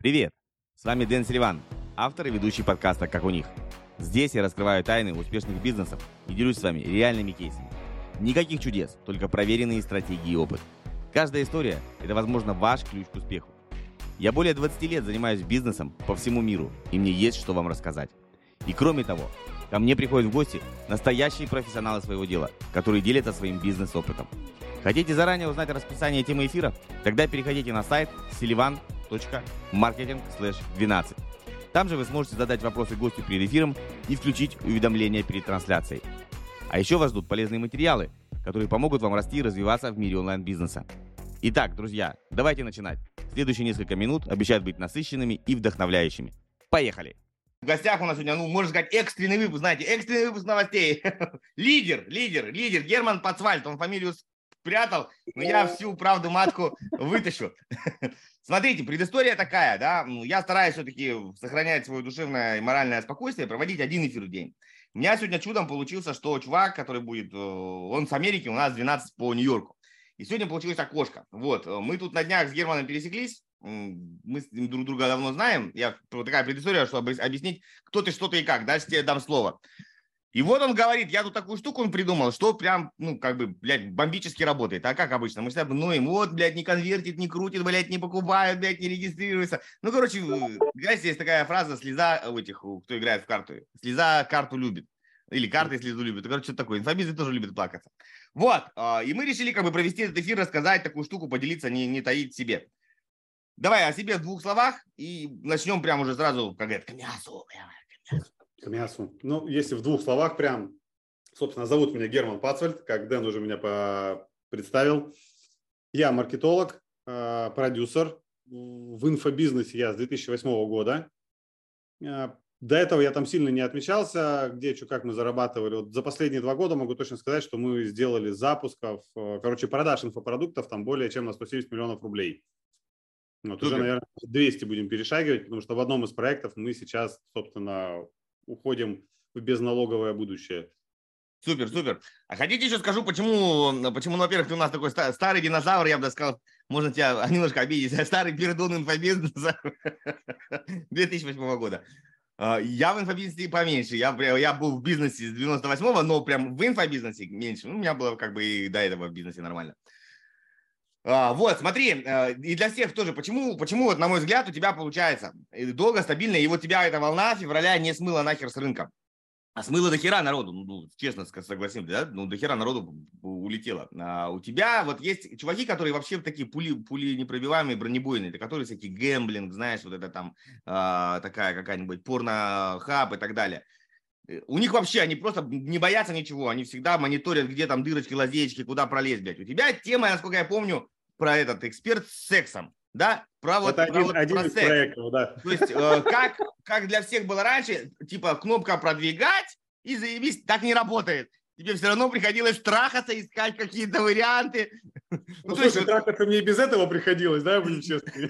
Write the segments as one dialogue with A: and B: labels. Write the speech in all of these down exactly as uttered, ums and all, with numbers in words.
A: Привет! С вами Дэн Селиван, автор и ведущий подкаста «Как у них». Здесь я раскрываю тайны успешных бизнесов и делюсь с вами реальными кейсами. Никаких чудес, только проверенные стратегии и опыт. Каждая история – это, возможно, ваш ключ к успеху. Я более двадцати лет занимаюсь бизнесом по всему миру, и мне есть что вам рассказать. И кроме того, ко мне приходят в гости настоящие профессионалы своего дела, которые делятся своим бизнес-опытом. Хотите заранее узнать расписание темы эфира? Тогда переходите на сайт селиван точка маркетинг слэш двенадцать. Там же вы сможете задать вопросы гостю перед эфиром и включить уведомления перед трансляцией. А еще вас ждут полезные материалы, которые помогут вам расти и развиваться в мире онлайн-бизнеса. Итак, друзья, давайте начинать. Следующие несколько минут обещают быть насыщенными и вдохновляющими. Поехали! В гостях у нас сегодня, ну, можно сказать, экстренный выпуск, знаете, экстренный выпуск новостей. Лидер, лидер, лидер Герман Пацвальд, он фамилию спрятал, но я всю правду матку вытащу. Смотрите, предыстория такая, да, я стараюсь все-таки сохранять свое душевное и моральное спокойствие, проводить один эфир в день. У меня сегодня чудом получился, что чувак, который будет, он с Америки, у нас двенадцать по Нью-Йорку. И сегодня получилось окошко. Вот, мы тут на днях с Германом пересеклись, мы друг друга давно знаем. Я, вот такая предыстория, чтобы объяснить, кто ты, что ты и как. Дальше тебе дам слово. И вот он говорит, я тут такую штуку он придумал, что прям, ну, как бы, блядь, бомбически работает. А как обычно? Мы всегда, ну, им вот, блядь, не конвертит, не крутит, блядь, не покупают, блядь, не регистрируется. Ну, короче, знаете, есть такая фраза, слеза у этих, кто играет в карты. Слеза карту любит. Или карты слезу любит. Короче, что такое. Инфобизы тоже любят плакаться. Вот. И мы решили, как бы, провести этот эфир, рассказать такую штуку, поделиться, не, не таить себе. Давай о себе в двух словах и начнем прямо уже сразу, как говорят, к мясу. К мясу.
B: К мясу. Ну, если в двух словах прям, собственно, зовут меня Герман Пацвальд, как Дэн уже меня по- представил. Я маркетолог, э, продюсер. В инфобизнесе я с две тысячи восьмого года. Э, До этого я там сильно не отмечался, где, что, как мы зарабатывали. Вот за последние два года могу точно сказать, что мы сделали запусков, э, короче, продаж инфопродуктов там более чем на сто семьдесят миллионов рублей. Вот уже, наверное, двести будем перешагивать, потому что в одном из проектов мы сейчас, собственно, уходим в безналоговое будущее.
A: Супер, супер. А хотите еще скажу, почему, почему, ну, во-первых, ты у нас такой старый динозавр, я бы сказал, можно тебя немножко обидеть, старый пердун инфобизнеса две тысячи восьмого года. Я в инфобизнесе поменьше, я, я был в бизнесе с девяносто восьмого, но прям в инфобизнесе меньше. Ну, у меня было как бы и до этого в бизнесе нормально. Вот, смотри, и для всех тоже, почему, почему вот, на мой взгляд, у тебя получается долго, стабильно, и вот тебя эта волна февраля не смыла нахер с рынка. А смыло до хера народу, ну, честно согласимся, да, ну, до хера народу улетело. А у тебя вот есть чуваки, которые вообще такие пули, пули непробиваемые, бронебойные, которые всякие гэмблинг, знаешь, вот это там а, такая какая-нибудь порно-хаб и так далее. У них вообще, они просто не боятся ничего, они всегда мониторят, где там дырочки, лазеечки, куда пролезть, блядь. У тебя тема, насколько я помню, про этот эксперт с сексом, да? Про вот,
B: Это
A: про,
B: один,
A: вот,
B: один
A: про
B: из
A: секс.
B: проектов, да.
A: То есть, э, как, как для всех было раньше, типа кнопка продвигать и заебись, так не работает. Тебе все равно приходилось трахаться, искать какие-то варианты.
B: Ну, ну слушай, есть, трахаться мне и без этого приходилось, да, будем честны.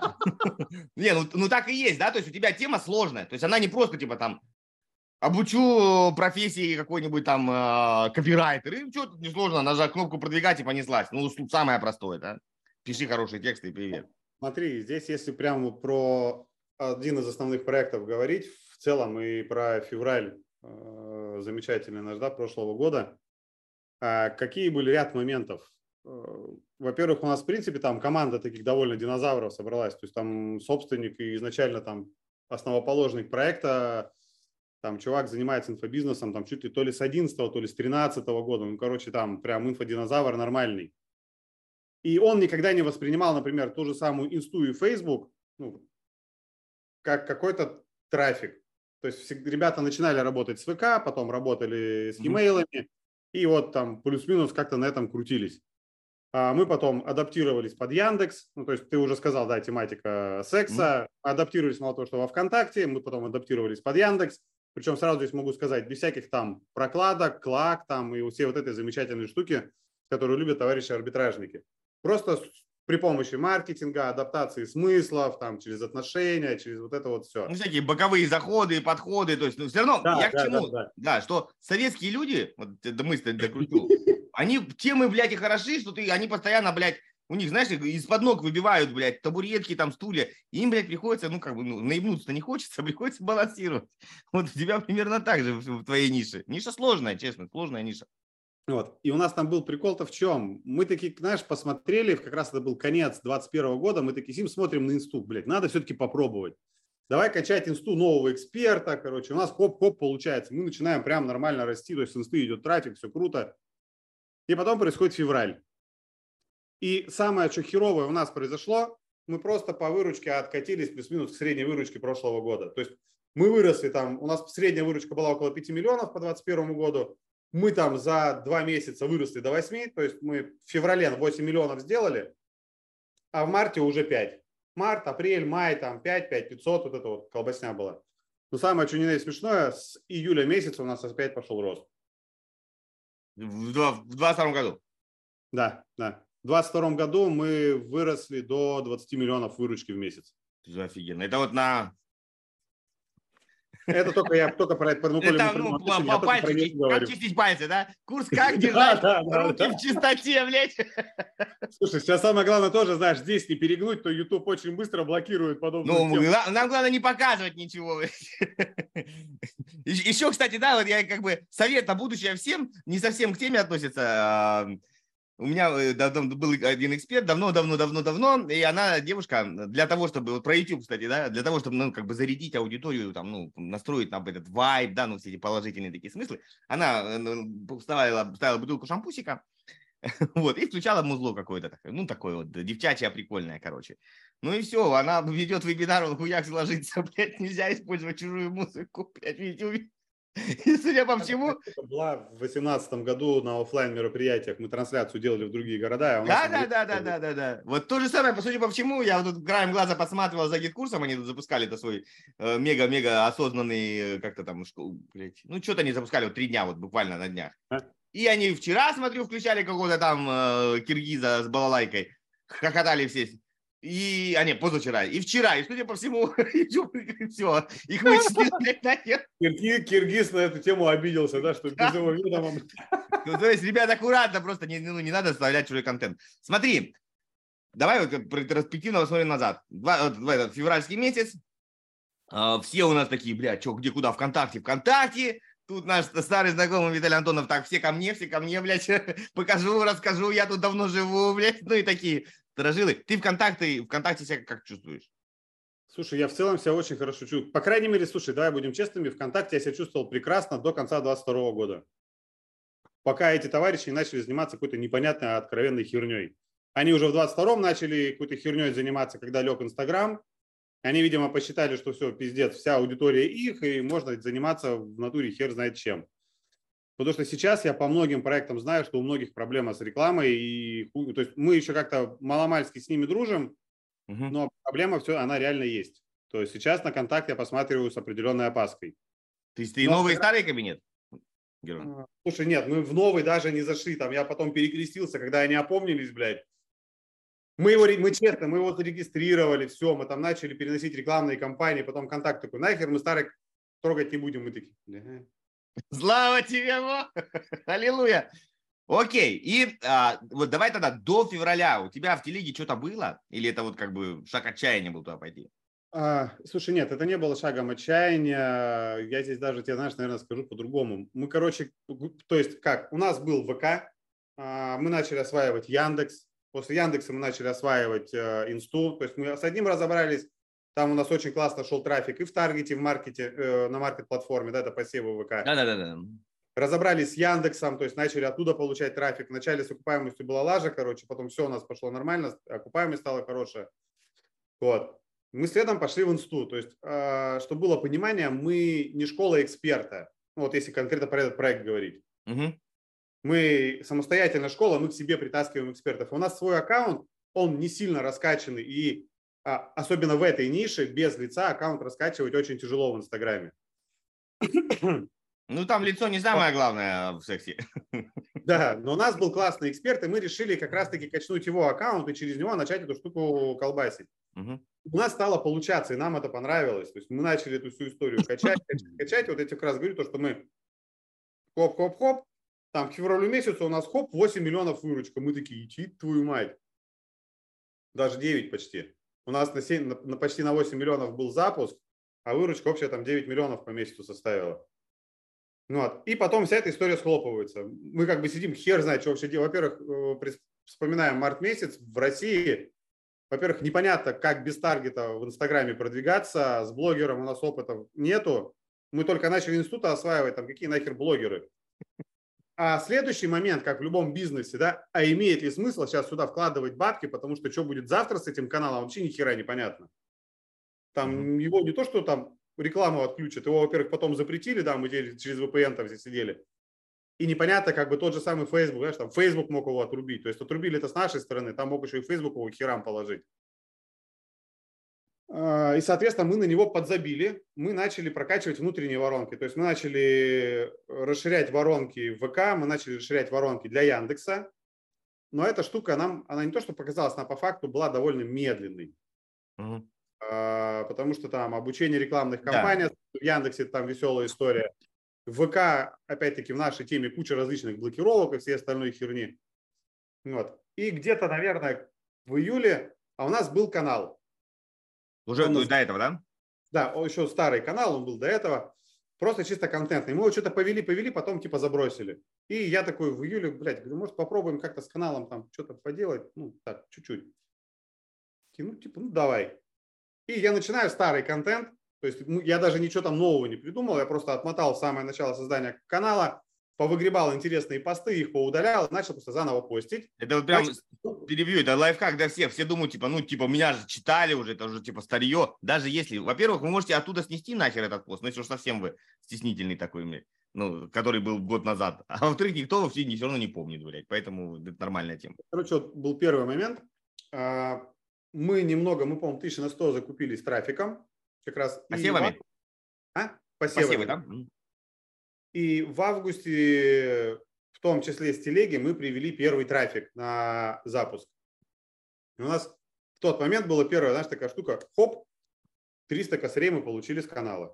A: Не, ну, ну так и есть, да, то есть у тебя тема сложная, то есть она не просто типа там обучу профессии какой-нибудь там э, копирайтер, и что тут несложно, нажать кнопку продвигать и понеслась. Ну, тут самое простое, да. Пиши хорошие тексты и привет.
B: Смотри, здесь если прямо про один из основных проектов говорить, в целом и про февраль э, замечательный наш, да, прошлого года, э, какие были ряд моментов? Э, во-первых, у нас, в принципе, там команда таких довольно динозавров собралась, то есть там собственник и изначально там основоположник проекта, там чувак занимается инфобизнесом, там чуть ли то ли с одиннадцатого, то ли с тринадцатого года. Ну, короче, там прям инфодинозавр нормальный. И он никогда не воспринимал, например, ту же самую Инсту и Фейсбук, ну, как какой-то трафик. То есть ребята начинали работать с ВК, потом работали с e-mail'ами, и вот там плюс-минус как-то на этом крутились. А мы потом адаптировались под Яндекс, ну, то есть ты уже сказал, да, тематика секса, mm-hmm. адаптировались мало того, что во ВКонтакте, мы потом адаптировались под Яндекс. Причем сразу здесь могу сказать, без всяких там прокладок, клак там и все вот этой замечательные штуки, которые любят товарищи-арбитражники. Просто при помощи маркетинга, адаптации смыслов, там, через отношения, через вот это вот все.
A: Ну, всякие боковые заходы, подходы, то есть, ну, все равно, да, я да, к чему? Да, да. да, что советские люди, вот эта мысль докрутил, они темы, блядь, и хороши, что ты, они постоянно, блядь, у них, знаешь, из-под ног выбивают, блядь, табуретки, там, стулья. И им, блядь, приходится, ну, как бы, ну, наебнуться-то не хочется, приходится балансировать. Вот у тебя примерно так же в твоей нише. Ниша сложная, честно, сложная ниша.
B: Вот. И у нас там был прикол-то в чем? Мы такие, знаешь, посмотрели, как раз это был конец двадцать первого года, мы такие сидим, смотрим на инсту, блядь, надо все-таки попробовать. Давай качать инсту нового эксперта, короче, у нас хоп-хоп получается. Мы начинаем прям нормально расти, то есть с инсты идет трафик, все круто. И потом происходит февраль. И самое, что херовое у нас произошло, мы просто по выручке откатились плюс-минус к средней выручке прошлого года. То есть мы выросли там, у нас средняя выручка была около пяти миллионов по двадцать первому году. Мы там за два месяца выросли до восьми, то есть мы в феврале восемь миллионов сделали, а в марте уже пять. Март, апрель, май, там пять, пять пятьсот, вот это вот колбасня была. Но самое, что не знаю, смешное, с июля месяца у нас опять пошел рост.
A: В двадцать втором году?
B: Да, да. В двадцать втором году мы выросли до двадцати миллионов выручки в месяц.
A: Это офигенно. Это вот на...
B: Это только я только про это, ну,
A: это, ну, по, по пальцу, как чистить пальцы, да? Курс как держать руки в чистоте, блядь.
B: Слушай, сейчас самое главное тоже, знаешь, здесь не перегнуть, то YouTube очень быстро блокирует подобную
A: Ну, тему. Нам главное не показывать ничего. Еще, кстати, да, вот я как бы совет на будущее всем, не совсем к теме относится. У меня был один эксперт давно-давно-давно-давно, и она, девушка, для того, чтобы, вот про YouTube, кстати, да, для того, чтобы, ну, как бы зарядить аудиторию, там, ну, настроить на этот вайб, да, ну, все эти положительные такие смыслы, она ставила, ставила бутылку шампусика, вот, и включала музло какое-то, ну, такое вот, девчачье, прикольное, короче. Ну и все, она ведет вебинар, он хуяк сложится, блядь, нельзя использовать чужую музыку, блядь, в YouTube. И, судя по всему...
B: Это была в две тысячи восемнадцатом году на офлайн мероприятиях. Мы трансляцию делали в другие города. А у нас
A: да, да, да, да, да, да, да. Вот то же самое, по судя по всему, я вот тут краем глаза посматривал за гид-курсом, они тут запускали это свой э, мега-мега осознанный, э, как-то там, блядь, ну что-то они запускали вот три дня, вот буквально на днях. А? И они вчера, смотрю, включали какого-то там э, киргиза с балалайкой, хохотали все. И, а не, позавчера, и вчера, и, судя по всему, все, их вычислили нахер.
B: Киргиз на эту тему обиделся, да, что без его вида.
A: Ну, то есть, ребят, аккуратно, просто не, ну, не надо вставлять чужой контент. Смотри, давай вот ретроспективно посмотрим назад. Два, вот, в этот февральский месяц, э, все у нас такие, бля, что, где, куда, ВКонтакте, ВКонтакте. Тут наш старый знакомый Виталий Антонов, так, все ко мне, все ко мне, блядь, покажу, расскажу, я тут давно живу, блядь, ну и такие сторожилы. Ты ВКонтакте, ВКонтакте себя как чувствуешь?
B: Слушай, я в целом себя очень хорошо чувствую. По крайней мере, слушай, давай будем честными, ВКонтакте я себя чувствовал прекрасно до конца двадцать второго года. Пока эти товарищи не начали заниматься какой-то непонятной, откровенной херней. Они уже в двадцать втором начали какой-то херней заниматься, когда лег Инстаграм. Они, видимо, посчитали, что все, пиздец, вся аудитория их, и можно заниматься в натуре хер знает чем. Потому что сейчас я по многим проектам знаю, что у многих проблема с рекламой. И, то есть мы еще как-то маломальски с ними дружим, угу. но проблема все, она реально есть. То есть сейчас на контакт я посматриваю с определенной опаской.
A: То есть ты но новый и старый кабинет?
B: Герман. Слушай, нет, мы в новый даже не зашли. Там я потом перекрестился, когда они опомнились, блядь. Мы его, мы честно, мы его зарегистрировали, все, мы там начали переносить рекламные кампании, потом контакт такой, нахер мы старый трогать не будем. Мы такие, да.
A: Слава тебе, Бог! Аллилуйя! Окей, и а, вот давай тогда до февраля у тебя в телеге что-то было? Или это вот как бы шаг отчаяния был туда пойти?
B: А, слушай, нет, это не было шагом отчаяния. Я здесь даже тебе, знаешь, наверное, скажу по-другому. Мы, короче, то есть как, у нас был ВК, а, мы начали осваивать Яндекс. После Яндекса мы начали осваивать э, Инсту. То есть мы с одним разобрались. Там у нас очень классно шел трафик и в Таргете, и в маркете, э, на маркет-платформе, да, это посевы ВК.
A: Да-да-да.
B: Разобрались с Яндексом, то есть начали оттуда получать трафик. Вначале с окупаемостью была лажа, короче, потом все у нас пошло нормально, окупаемость стала хорошая. Вот. Мы следом пошли в Инсту. То есть, э, чтобы было понимание, мы не школа эксперта. Вот если конкретно про этот проект говорить.
A: Угу.
B: Мы самостоятельная школа, мы к себе притаскиваем экспертов. У нас свой аккаунт, он не сильно раскачанный, и а, особенно в этой нише без лица аккаунт раскачивать очень тяжело в Инстаграме.
A: Ну, там лицо не самое главное в сексе.
B: Да, но у нас был классный эксперт, и мы решили как раз-таки качнуть его аккаунт и через него начать эту штуку колбасить.
A: Угу.
B: У нас стало получаться, и нам это понравилось. То есть мы начали эту всю историю качать, качать, качать. Вот я тебе как раз говорю, то, что мы хоп-хоп-хоп, там к февралю месяцу у нас хоп, восемь миллионов выручка. Мы такие, идти твою мать. даже девять почти. У нас на, семь, на, на почти на восемь миллионов был запуск, а выручка общая там девять миллионов по месяцу составила. Ну, вот. И потом вся эта история схлопывается. Мы как бы сидим, хер знает, что вообще делать. Во-первых, вспоминаем март месяц в России. Во-первых, непонятно, как без таргета в Инстаграме продвигаться. С блогером у нас опыта нету. Мы только начали института осваивать, там какие нахер блогеры. А следующий момент, как в любом бизнесе, да, а имеет ли смысл сейчас сюда вкладывать бабки, потому что что будет завтра с этим каналом, вообще ни хера непонятно. Там mm-hmm. его не то, что там рекламу отключат, его, во-первых, потом запретили, да, мы через ви пи эн там здесь сидели. И непонятно, как бы тот же самый Facebook, знаешь, там Facebook мог его отрубить. То есть отрубили это с нашей стороны, там мог еще и Facebook его херам положить. И, соответственно, мы на него подзабили, мы начали прокачивать внутренние воронки. То есть мы начали расширять воронки в ВК, мы начали расширять воронки для Яндекса. Но эта штука, нам, она не то, что показалась, она по факту была довольно медленной. Угу. А, потому что там обучение рекламных кампаний, да. В Яндексе там веселая история. В ВК, опять-таки, в нашей теме куча различных блокировок и всей остальной херни. Вот. И где-то, наверное, в июле, а у нас был канал.
A: Уже он, до этого, да?
B: Да, еще старый канал, он был до этого. Просто чисто контентный. Мы его что-то повели, повели, потом типа забросили. И я такой в июле, блядь, говорю, может попробуем как-то с каналом там что-то поделать. Ну, так, чуть-чуть. Ну, типа, ну давай. И я начинаю старый контент. То есть ну, я даже ничего там нового не придумал. Я просто отмотал самое начало создания канала, повыгребал интересные посты, их поудалял, начал просто заново постить.
A: Это вот прям Значит, перебью, это лайфхак для всех. Все думают, типа, ну, типа, меня же читали уже, это уже, типа, старье. Даже если, во-первых, вы можете оттуда снести нахер этот пост, ну, если уж совсем вы стеснительный такой, ну, который был год назад. А во-вторых, никто вообще все равно не помнит, блядь, поэтому это нормальная тема.
B: Короче, вот был первый момент. Мы немного, мы, по-моему, тысячи на сто закупились трафиком. Как раз
A: посевами?
B: И... А? Посевами.
A: Посевы, да?
B: И в августе, в том числе с телеги, мы привели первый трафик на запуск. И у нас в тот момент была первая, знаешь, такая штука, хоп, триста косарей мы получили с канала.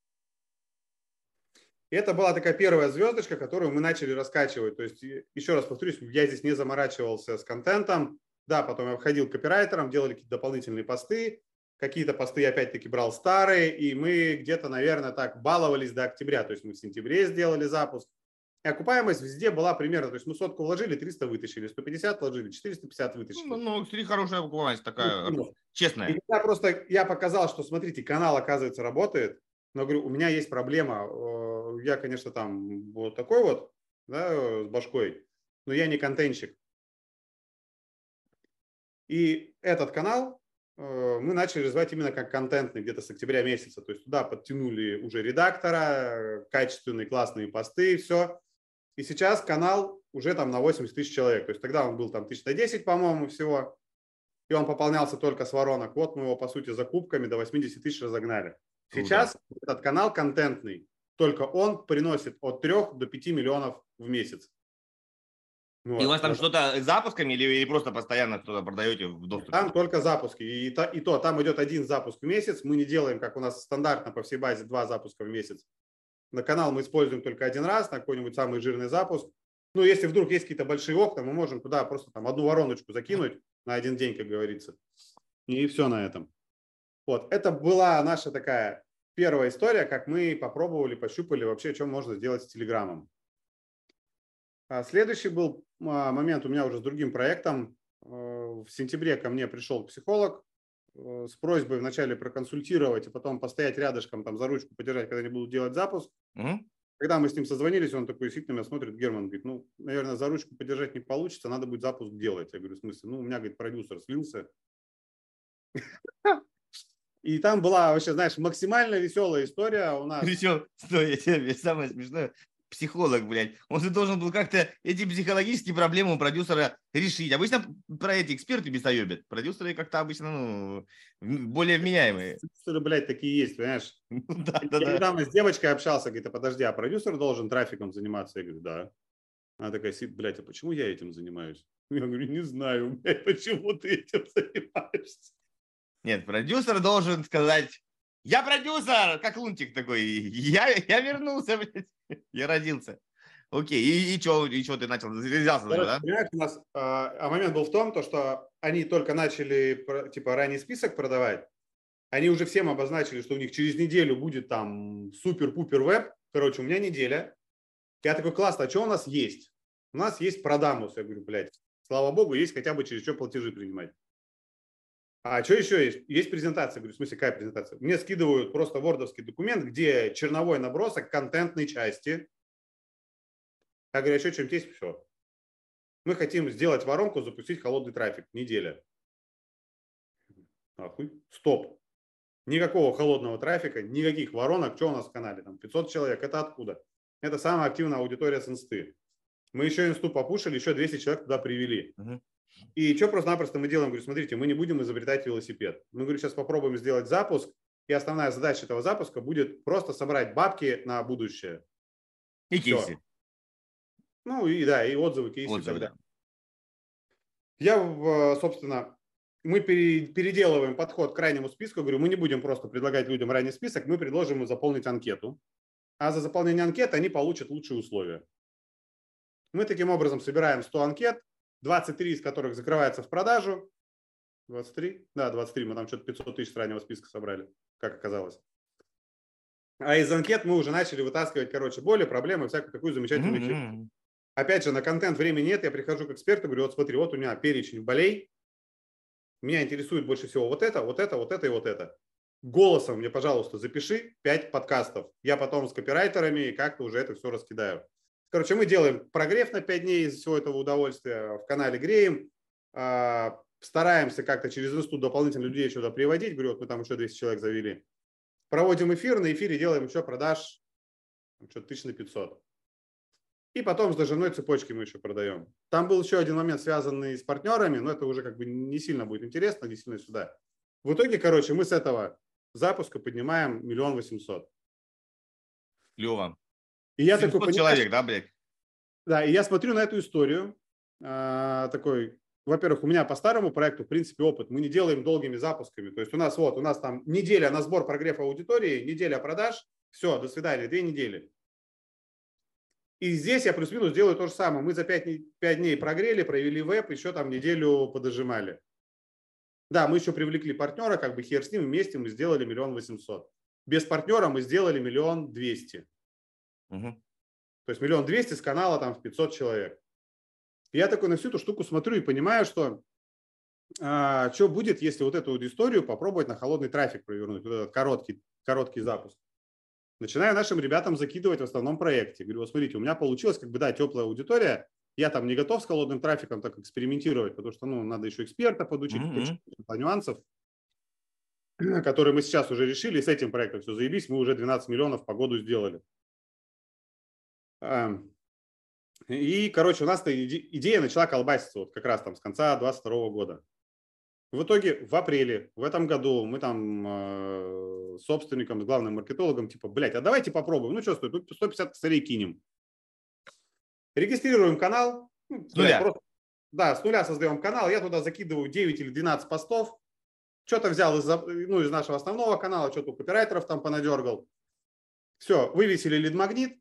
B: И это была такая первая звездочка, которую мы начали раскачивать. То есть, еще раз повторюсь, я здесь не заморачивался с контентом. Да, потом я входил к копирайтерам, делали какие-то дополнительные посты. Какие-то посты я опять-таки брал старые, и мы где-то, наверное, так баловались до октября. То есть мы в сентябре сделали запуск. И окупаемость везде была примерно, то есть мы сотку вложили, триста вытащили, сто пятьдесят вложили, четыреста пятьдесят вытащили.
A: Ну, ну три хорошая окупаемость такая, ну, честная.
B: И я просто, я показал, что, смотрите, канал, оказывается, работает. Но, говорю, у меня есть проблема. Я, конечно, там вот такой вот, да, с башкой, но я не контентщик. И этот канал мы начали развивать именно как контентный где-то с октября месяца. То есть туда подтянули уже редактора, качественные классные посты, все. И сейчас канал уже там на восемьдесят тысяч человек. То есть тогда он был там тысяча десять, по-моему, всего. И он пополнялся только с воронок. Вот мы его, по сути, закупками до восьмидесяти тысяч разогнали. Сейчас ну, да. Этот канал контентный. Только он приносит от трёх до пяти миллионов в месяц.
A: Вот. И у вас там вот. Что-то с запусками или, или просто постоянно что-то продаете в доступе?
B: Там только запуски. И то, и то, там идет один запуск в месяц. Мы не делаем, как у нас стандартно по всей базе, два запуска в месяц. На канал мы используем только один раз, на какой-нибудь самый жирный запуск. Ну, если вдруг есть какие-то большие окна, мы можем туда просто там одну вороночку закинуть на один день, как говорится. И все на этом. Вот. Это была наша такая первая история, как мы попробовали, пощупали вообще, что можно сделать с Телеграмом. Следующий был момент у меня уже с другим проектом. В сентябре ко мне пришел психолог с просьбой вначале проконсультировать, и потом постоять рядышком, там, за ручку подержать, когда они будут делать запуск. Mm-hmm. Когда мы с ним созвонились, он такой действительно меня смотрит, Герман, говорит, ну, наверное, за ручку подержать не получится, надо будет запуск делать. Я говорю, в смысле? Ну, у меня, говорит, продюсер слился. И там была вообще, знаешь, максимально веселая история у нас.
A: Причем, стой, самое смешное, психолог, блядь, он же должен был как-то эти психологические проблемы у продюсера решить. Обычно про эти эксперты бесоебят. Продюсеры как-то обычно, ну, более вменяемые.
B: Продюсеры, блядь, такие есть, понимаешь?
A: Ну, да, да,
B: я
A: да.
B: недавно с девочкой общался, говорит, а подожди, а продюсер должен трафиком заниматься? Я говорю, да. Она такая сидит, блядь, а почему я этим занимаюсь? Я говорю, не знаю, блядь, почему ты этим занимаешься?
A: Нет, продюсер должен сказать, я продюсер, как Лунтик такой, я, я вернулся, блядь, я родился. Окей, и, и что, и что ты начал? Взялся за него,
B: Короче,
A: да?
B: понимаешь, у нас а, а момент был в том, то, что они только начали про- типа ранний список продавать, они уже всем обозначили, что у них через неделю будет там супер-пупер веб. Короче, у меня неделя. Я такой, классно, а что у нас есть? У нас есть Продамус. Я говорю, блядь, слава богу, есть хотя бы через что платежи принимать. А что еще есть? Есть презентация. Я говорю, в смысле, какая презентация? Мне скидывают просто вордовский документ, где черновой набросок контентной части. Я говорю, а еще что-нибудь есть? Все. Мы хотим сделать воронку, запустить холодный трафик. Неделя. Нахуй. Стоп. Никакого холодного трафика, никаких воронок. Что у нас в канале? Там пятьсот человек. Это откуда? Это самая активная аудитория с инсты. Мы еще инсту попушили, еще двести человек туда привели.
A: Угу.
B: И что просто-напросто мы делаем? Говорю, смотрите, мы не будем изобретать велосипед. Мы, говорю, сейчас попробуем сделать запуск. И основная задача этого запуска будет просто собрать бабки на будущее.
A: И
B: Все.
A: кейсы.
B: Ну и да, и отзывы, кейсы
A: Отзывы,
B: и так далее.
A: да.
B: Я, собственно, мы переделываем подход к крайнему списку. Говорю, мы не будем просто предлагать людям ранний список, мы предложим им заполнить анкету. А за заполнение анкеты они получат лучшие условия. Мы таким образом собираем сто анкет, двадцать три из которых закрываются в продажу. двадцать три? Да, двадцать три. Мы там что-то пятьсот тысяч с раннего списка собрали, как оказалось. А из анкет мы уже начали вытаскивать, короче, боли, проблемы, всякую такую замечательную фигню.
A: Mm-hmm.
B: Опять же, на контент времени нет. Я прихожу к эксперту, говорю, вот смотри, вот у меня перечень болей. Меня интересует больше всего вот это, вот это, вот это и вот это. Голосом мне, пожалуйста, запиши пять подкастов. Я потом с копирайтерами как-то уже это все раскидаю. Короче, мы делаем прогрев на пять дней из всего этого удовольствия. В канале греем. Стараемся как-то через инсту дополнительно людей сюда приводить. Говорю, вот мы там еще двести человек завели. Проводим эфир. На эфире делаем еще продаж что-то тысяч на пятьсот. И потом с дожжевной цепочки мы еще продаем. Там был еще один момент, связанный с партнерами, но это уже как бы не сильно будет интересно, не сильно сюда. В итоге, короче, мы с этого запуска поднимаем миллион восемьсот.
A: Клево.
B: И я такой, понимаешь,
A: человек, да, блядь?
B: Да, и я смотрю на эту историю. А, такой, во-первых, у меня по старому проекту, в принципе, опыт. Мы не делаем долгими запусками. То есть у нас вот, у нас там неделя на сбор прогрев аудитории, неделя продаж. Все, до свидания, две недели. И здесь я плюс-минус делаю то же самое. Мы за пять дней прогрели, провели веб, еще там неделю подожимали. Да, мы еще привлекли партнера, как бы хер с ним, вместе мы сделали миллион восемьсот. Без партнера мы сделали миллион двести.
A: Угу.
B: То есть миллион двести с канала там в пятьсот человек. И я такой на всю эту штуку смотрю и понимаю, что а, что будет, если вот эту вот историю попробовать на холодный трафик провернуть, вот этот короткий, короткий запуск. Начинаю нашим ребятам закидывать в основном проекте. Говорю, вот смотрите, у меня получилось, как бы, да, теплая аудитория. Я там не готов с холодным трафиком так экспериментировать, потому что, ну, надо еще эксперта подучить, mm-hmm. нюансов, которые мы сейчас уже решили. С этим проектом все заебись, мы уже двенадцать миллионов по году сделали. И, короче, у нас идея начала колбаситься вот как раз там с конца двадцать второго года. В итоге в апреле в этом году мы там э, с собственником, с главным маркетологом, типа, блядь, а давайте попробуем. Ну что стоит, ну сто пятьдесят косарей кинем. Регистрируем канал. Ну,
A: с нуля.
B: Просто, да, с нуля создаем канал. Я туда закидываю девять или двенадцать постов. Что-то взял из, ну, из нашего основного канала, что-то у копирайтеров там понадергал. Все, вывесили лид-магнит.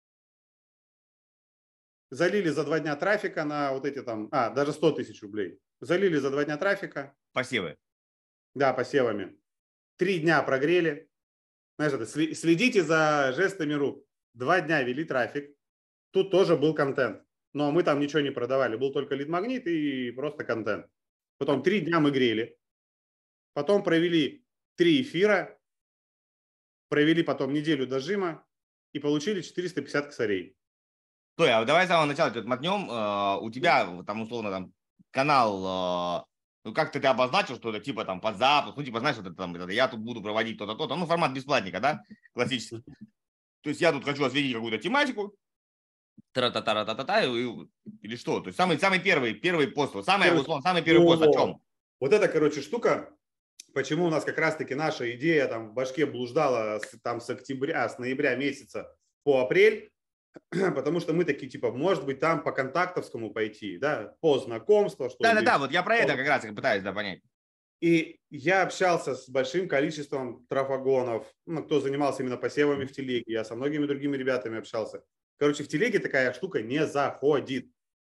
B: Залили за два дня трафика на вот эти там, а, даже сто тысяч рублей. Залили за два дня трафика.
A: Посевы.
B: Да, посевами. Три дня прогрели. Знаешь, это, следите за жестами рук. Два дня вели трафик. Тут тоже был контент. Но мы там ничего не продавали. Был только лид-магнит и просто контент. Потом три дня мы грели. Потом провели три эфира. Провели потом неделю дожима. И получили четыреста пятьдесят косарей.
A: Стой, а давай с самого начала тут мотнем. Uh, у тебя там условно там канал, uh, ну как-то ты обозначил, что это типа там под запуск, ну типа знаешь, вот это там, это, я тут буду проводить то-то, то-то, ну формат бесплатника, да, классический. То есть я тут хочу осветить какую-то тематику, тра-та-та-та-та-та, или что? То есть самый, самый первый, первый пост, вот самый, условно, самый первый пост о чем?
B: Вот это, короче, штука, почему у нас как раз-таки наша идея там в башке блуждала с, там с октября, с ноября месяца по апрель. Потому что мы такие, типа, может быть, там по контактовскому пойти, да, по знакомству.
A: Да-да-да, вот я про это как раз пытаюсь, да, понять.
B: И я общался с большим количеством трафагонов, ну, кто занимался именно посевами в телеге, я со многими другими ребятами общался. Короче, в телеге такая штука не заходит.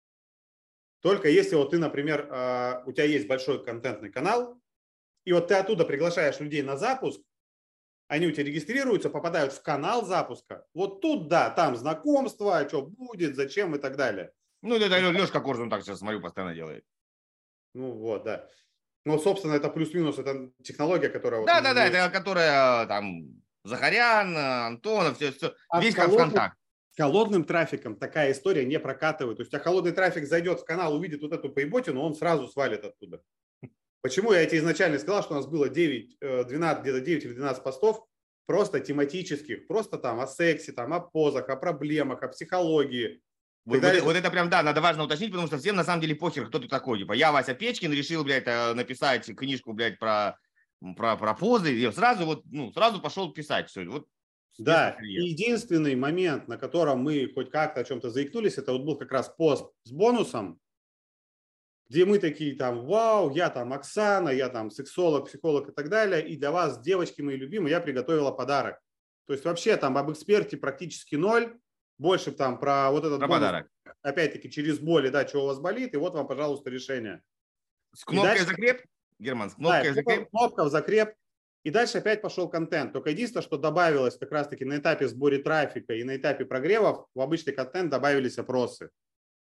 B: Только если вот ты, например, у тебя есть большой контентный канал, и вот ты оттуда приглашаешь людей на запуск, они у тебя регистрируются, попадают в канал запуска. Вот тут, да, там знакомство, что будет, зачем и так далее.
A: Ну, это Лешка Коржун так сейчас, смотрю, постоянно делает.
B: Ну, вот, да. Ну, собственно, это плюс-минус, это технология, которая...
A: Да,
B: вот,
A: да, да,
B: мы...
A: это которая там Захарян, Антонов, все, все,
B: а
A: весь
B: холодным,
A: как ВКонтакт.
B: Холодным трафиком такая история не прокатывает. То есть, а холодный трафик зайдет в канал, увидит вот эту поеботину, он сразу свалит оттуда. Почему я тебе изначально сказал, что у нас было девять, двенадцать, где-то девять или двенадцать постов, просто тематических, просто там о сексе, там, о позах, о проблемах, о психологии.
A: Вот, вот, вот это прям, да, надо важно уточнить, потому что всем на самом деле похер, кто ты такой. Типа, я, Вася Печкин, решил, блядь, написать книжку, блядь, про, про, про позы. И сразу вот, ну, сразу пошел писать все. Вот,
B: да, и единственный момент, на котором мы хоть как-то о чем-то заикнулись, это вот был как раз пост с бонусом, где мы такие там, вау, я там Оксана, я там сексолог, психолог и так далее, и для вас, девочки мои любимые, я приготовила подарок. То есть вообще там об эксперте практически ноль, больше там про вот этот
A: про
B: бонус,
A: подарок.
B: Опять-таки через боли, да, что у вас болит, и вот вам, пожалуйста, решение.
A: С кнопкой дальше... закреп, Герман, с кнопкой
B: да,
A: закреп.
B: Кнопка в закреп. И дальше опять пошел контент. Только единственное, что добавилось как раз-таки на этапе сбора трафика и на этапе прогревов, в обычный контент добавились опросы.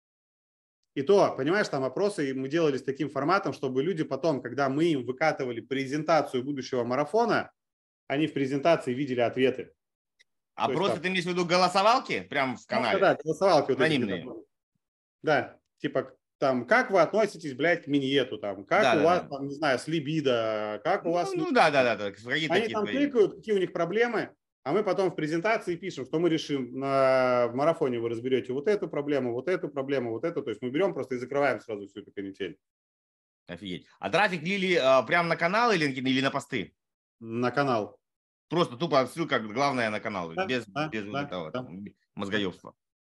B: И то, понимаешь, там опросы мы делали с таким форматом, чтобы люди потом, когда мы им выкатывали презентацию будущего марафона, они в презентации видели ответы.
A: Опросы там... ты имеешь в виду голосовалки прям в канале?
B: Ну, да, голосовалки. Вот
A: анонимные.
B: Эти, да, типа там, как вы относитесь, блядь, к миньету, там, как
A: да,
B: у
A: да,
B: вас,
A: да.
B: там, не знаю, с либидо, как у
A: ну,
B: вас...
A: Ну, да, да, да. да.
B: Они там твои... кликают, какие у них проблемы, а мы потом в презентации пишем, что мы решим, на, в марафоне вы разберете вот эту проблему, вот эту проблему, вот эту. То есть мы берем просто и закрываем сразу всю эту канитель.
A: Офигеть. А трафик лили а, прямо на канал или, или на посты?
B: На канал.
A: Просто тупо ссылка главная на канал,
B: да,
A: без,
B: да,
A: без
B: да,
A: вот этого
B: да.
A: там, мозгоебства.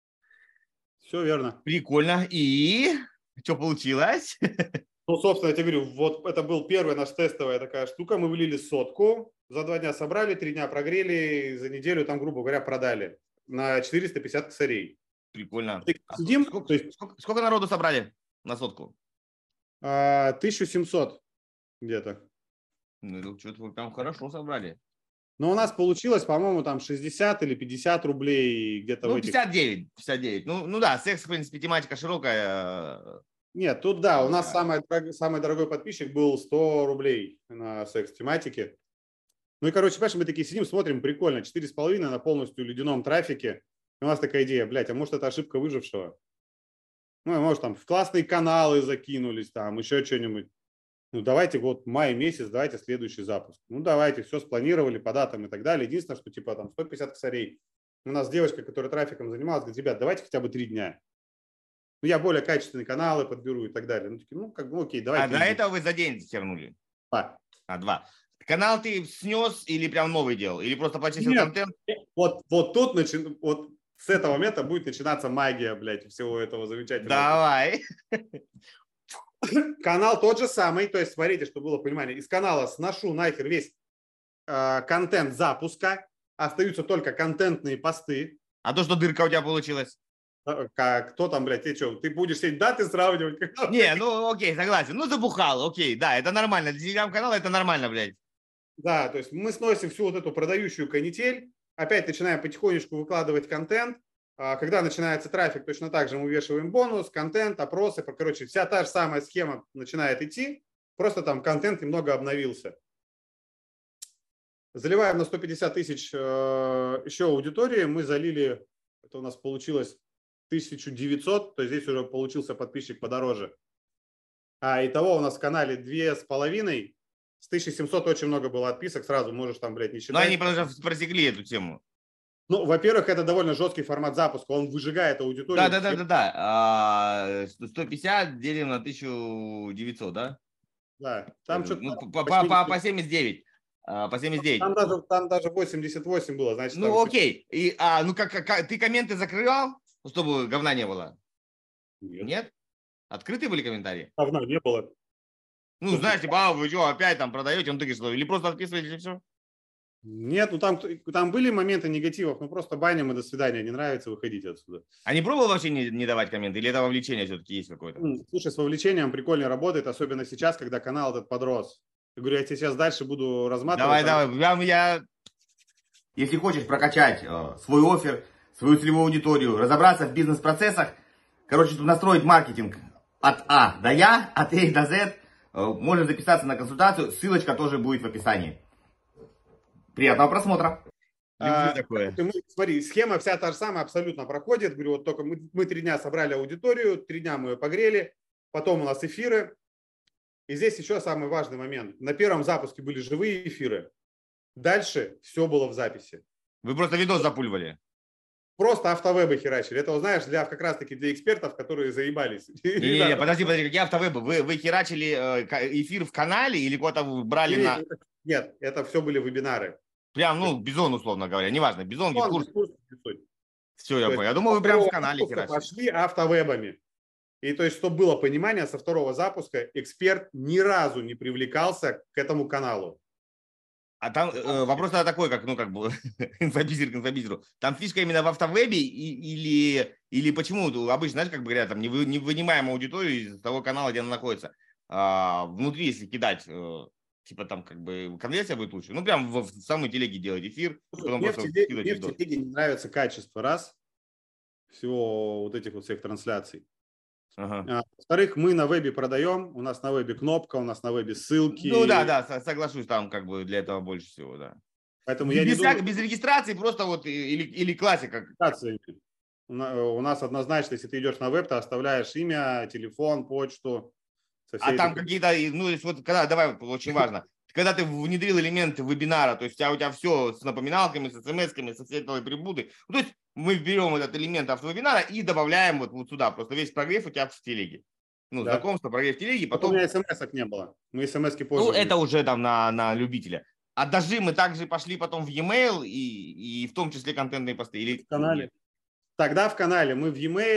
B: Все верно.
A: Прикольно. И что получилось?
B: Ну, собственно, я тебе говорю, вот это был первый наш тестовая такая штука. Мы влили сотку, за два дня собрали, три дня прогрели, за неделю там, грубо говоря, продали на четыреста пятьдесят косарей.
A: Прикольно.
B: А сидим,
A: сколько,
B: то есть,
A: сколько, сколько народу собрали на сотку?
B: тысяча семьсот где-то.
A: Ну, что-то вы там хорошо собрали.
B: Но у нас получилось, по-моему, там шестьдесят или пятьдесят рублей где-то
A: ну,
B: в этих...
A: пятьдесят девять, пятьдесят девять. Ну, ну да, секс, в принципе, тематика широкая.
B: Нет, тут да, у нас да. Самый, дорогой, самый дорогой подписчик был сто рублей на секс-тематике. Ну и, короче, понимаешь, мы такие сидим, смотрим, прикольно, четыре с половиной на полностью ледяном трафике. И у нас такая идея, блядь, а может это ошибка выжившего? Ну, может там в классные каналы закинулись, там еще что-нибудь. Ну, давайте вот май месяц, давайте следующий запуск. Ну, давайте, все спланировали по датам и так далее. Единственное, что типа там сто пятьдесят косарей. У нас девочка, которая трафиком занималась, говорит, ребят, давайте хотя бы три дня. Ну, я более качественные каналы подберу и так далее. Ну, такие, ну, как бы, окей, давайте.
A: А до этого вы за день захернули?
B: Два.
A: А, два. Канал ты снес или прям новый делал? Или просто почистил
B: Нет,
A: контент?
B: Вот, вот тут, начи... вот с этого момента будет начинаться магия, блядь, всего этого замечательного.
A: Давай.
B: Канал тот же самый, то есть, смотрите, чтобы было понимание, из канала сношу нахер весь э, контент запуска, остаются только контентные посты.
A: А то, что дырка у тебя получилась?
B: Как, кто там, блядь, ты что, ты будешь все даты сравнивать?
A: Не, ну окей, согласен. Ну забухал, окей, да, это нормально. Для телеграм-канала это нормально, блядь.
B: Да, то есть мы сносим всю вот эту продающую канитель, опять начинаем потихонечку выкладывать контент. Когда начинается трафик, точно так же мы вешаем бонус, контент, опросы. Короче, вся та же самая схема начинает идти, просто там контент немного обновился. Заливаем на сто пятьдесят тысяч еще аудитории. Мы залили, это у нас получилось тысяча девятьсот, то есть здесь уже получился подписчик подороже. А итого у нас в канале две с половиной. С тысяча семьсот очень много было отписок, сразу можешь там, блядь, не считать.
A: Но они просто просекли эту тему.
B: Ну, во-первых, это довольно жесткий формат запуска, он выжигает аудиторию.
A: Да, да, да, да, да. А, сто пятьдесят делим на тысячу девятьсот, да?
B: Да. Там что-то...
A: Ну, по, по, по, по семьдесят девять. По семьдесят девять.
B: Там даже, там даже восемьдесят восемь было, значит.
A: Ну,
B: там...
A: окей. И, а, ну, как, как, ты комменты закрывал, чтобы говна не было?
B: Нет.
A: Нет? Открытые были комментарии?
B: Говна не было.
A: Ну, знаешь, типа, а, вы что, опять там продаете? Он такой, что? Или просто отписываетесь и все?
B: Нет, ну там, там были моменты негативов, но просто баним и до свидания, не нравится, выходите отсюда.
A: А не пробовал вообще не, не давать комменты? Или это вовлечение все-таки есть какое-то?
B: Слушай, с вовлечением прикольно работает, особенно сейчас, когда канал этот подрос. Я говорю, я тебе сейчас дальше буду разматывать.
A: Давай, давай. Прям я... Если хочешь прокачать э, свой оффер, свою целевую аудиторию, разобраться в бизнес-процессах, короче, тут настроить маркетинг от А до Я, от А до З, э, можешь записаться на консультацию, ссылочка тоже будет в описании. Приятного просмотра. Люблю
B: А,
A: такое.
B: мы, смотри, схема вся та же самая абсолютно проходит. Говорю, вот только мы, мы три дня собрали аудиторию, три дня мы ее погрели, потом у нас эфиры. И здесь еще самый важный момент. На первом запуске были живые эфиры. Дальше все было в записи.
A: Вы просто видос запуливали?
B: Просто автовебы херачили. Это, знаешь, для, как раз-таки для экспертов, которые заебались.
A: Не-не-не, подожди, подожди, какие автовебы? Вы, вы херачили эфир в канале или куда-то брали
B: Нет,
A: на...
B: это, нет, это все были вебинары.
A: Прям, ну, Бизон, условно говоря, неважно, Бизон,
B: Бизон,
A: курс.
B: курс.
A: Все, я понял. Я думал, вы прям в канале херачили.
B: Пошли автовебами. И то есть, чтобы было понимание, со второго запуска эксперт ни разу не привлекался к этому каналу.
A: А там э, вопрос тогда такой, как, ну, как бы, инфобизер к инфобизеру. Там фишка именно в автовебе и, или, или почему? Обычно, знаешь, как бы говорят, там, не, вы, не вынимаем аудиторию из того канала, где она находится. А, внутри, если кидать, э, типа там, как бы, конверсия будет лучше. Ну, прям в, в самой телеге делать эфир. Потом
B: Мне,
A: просто
B: в телеге,
A: скидывать
B: мне в
A: видос.
B: телеге не нравится качество, раз, всего вот этих вот всех трансляций.
A: Ага.
B: А, во-вторых, мы на вебе продаем, у нас на вебе кнопка, у нас на вебе ссылки.
A: Ну да, да, соглашусь, там как бы для этого больше всего, да.
B: Поэтому
A: без,
B: я не
A: всяк,
B: думаю,
A: без регистрации просто вот или, или классика.
B: У нас однозначно, если ты идешь на веб, ты оставляешь имя, телефон, почту.
A: А там какие-то, ну, вот когда, давай, очень важно, когда ты внедрил элементы вебинара, то есть у тебя, у тебя все с напоминалками, с смс-ками, со всей этой прибуды. То есть мы берем этот элемент автовебинара и добавляем вот, вот сюда. Просто весь прогрев у тебя в телеге. Ну, да. Знакомство, прогрев в телеге. Потом...
B: У меня смс-ок не было. Мы смс-ки позже.
A: Ну, это уже там на, на любителя. А даже мы также пошли потом в e-mail и, и в том числе контентные посты. Или...
B: В канале. Тогда в канале мы в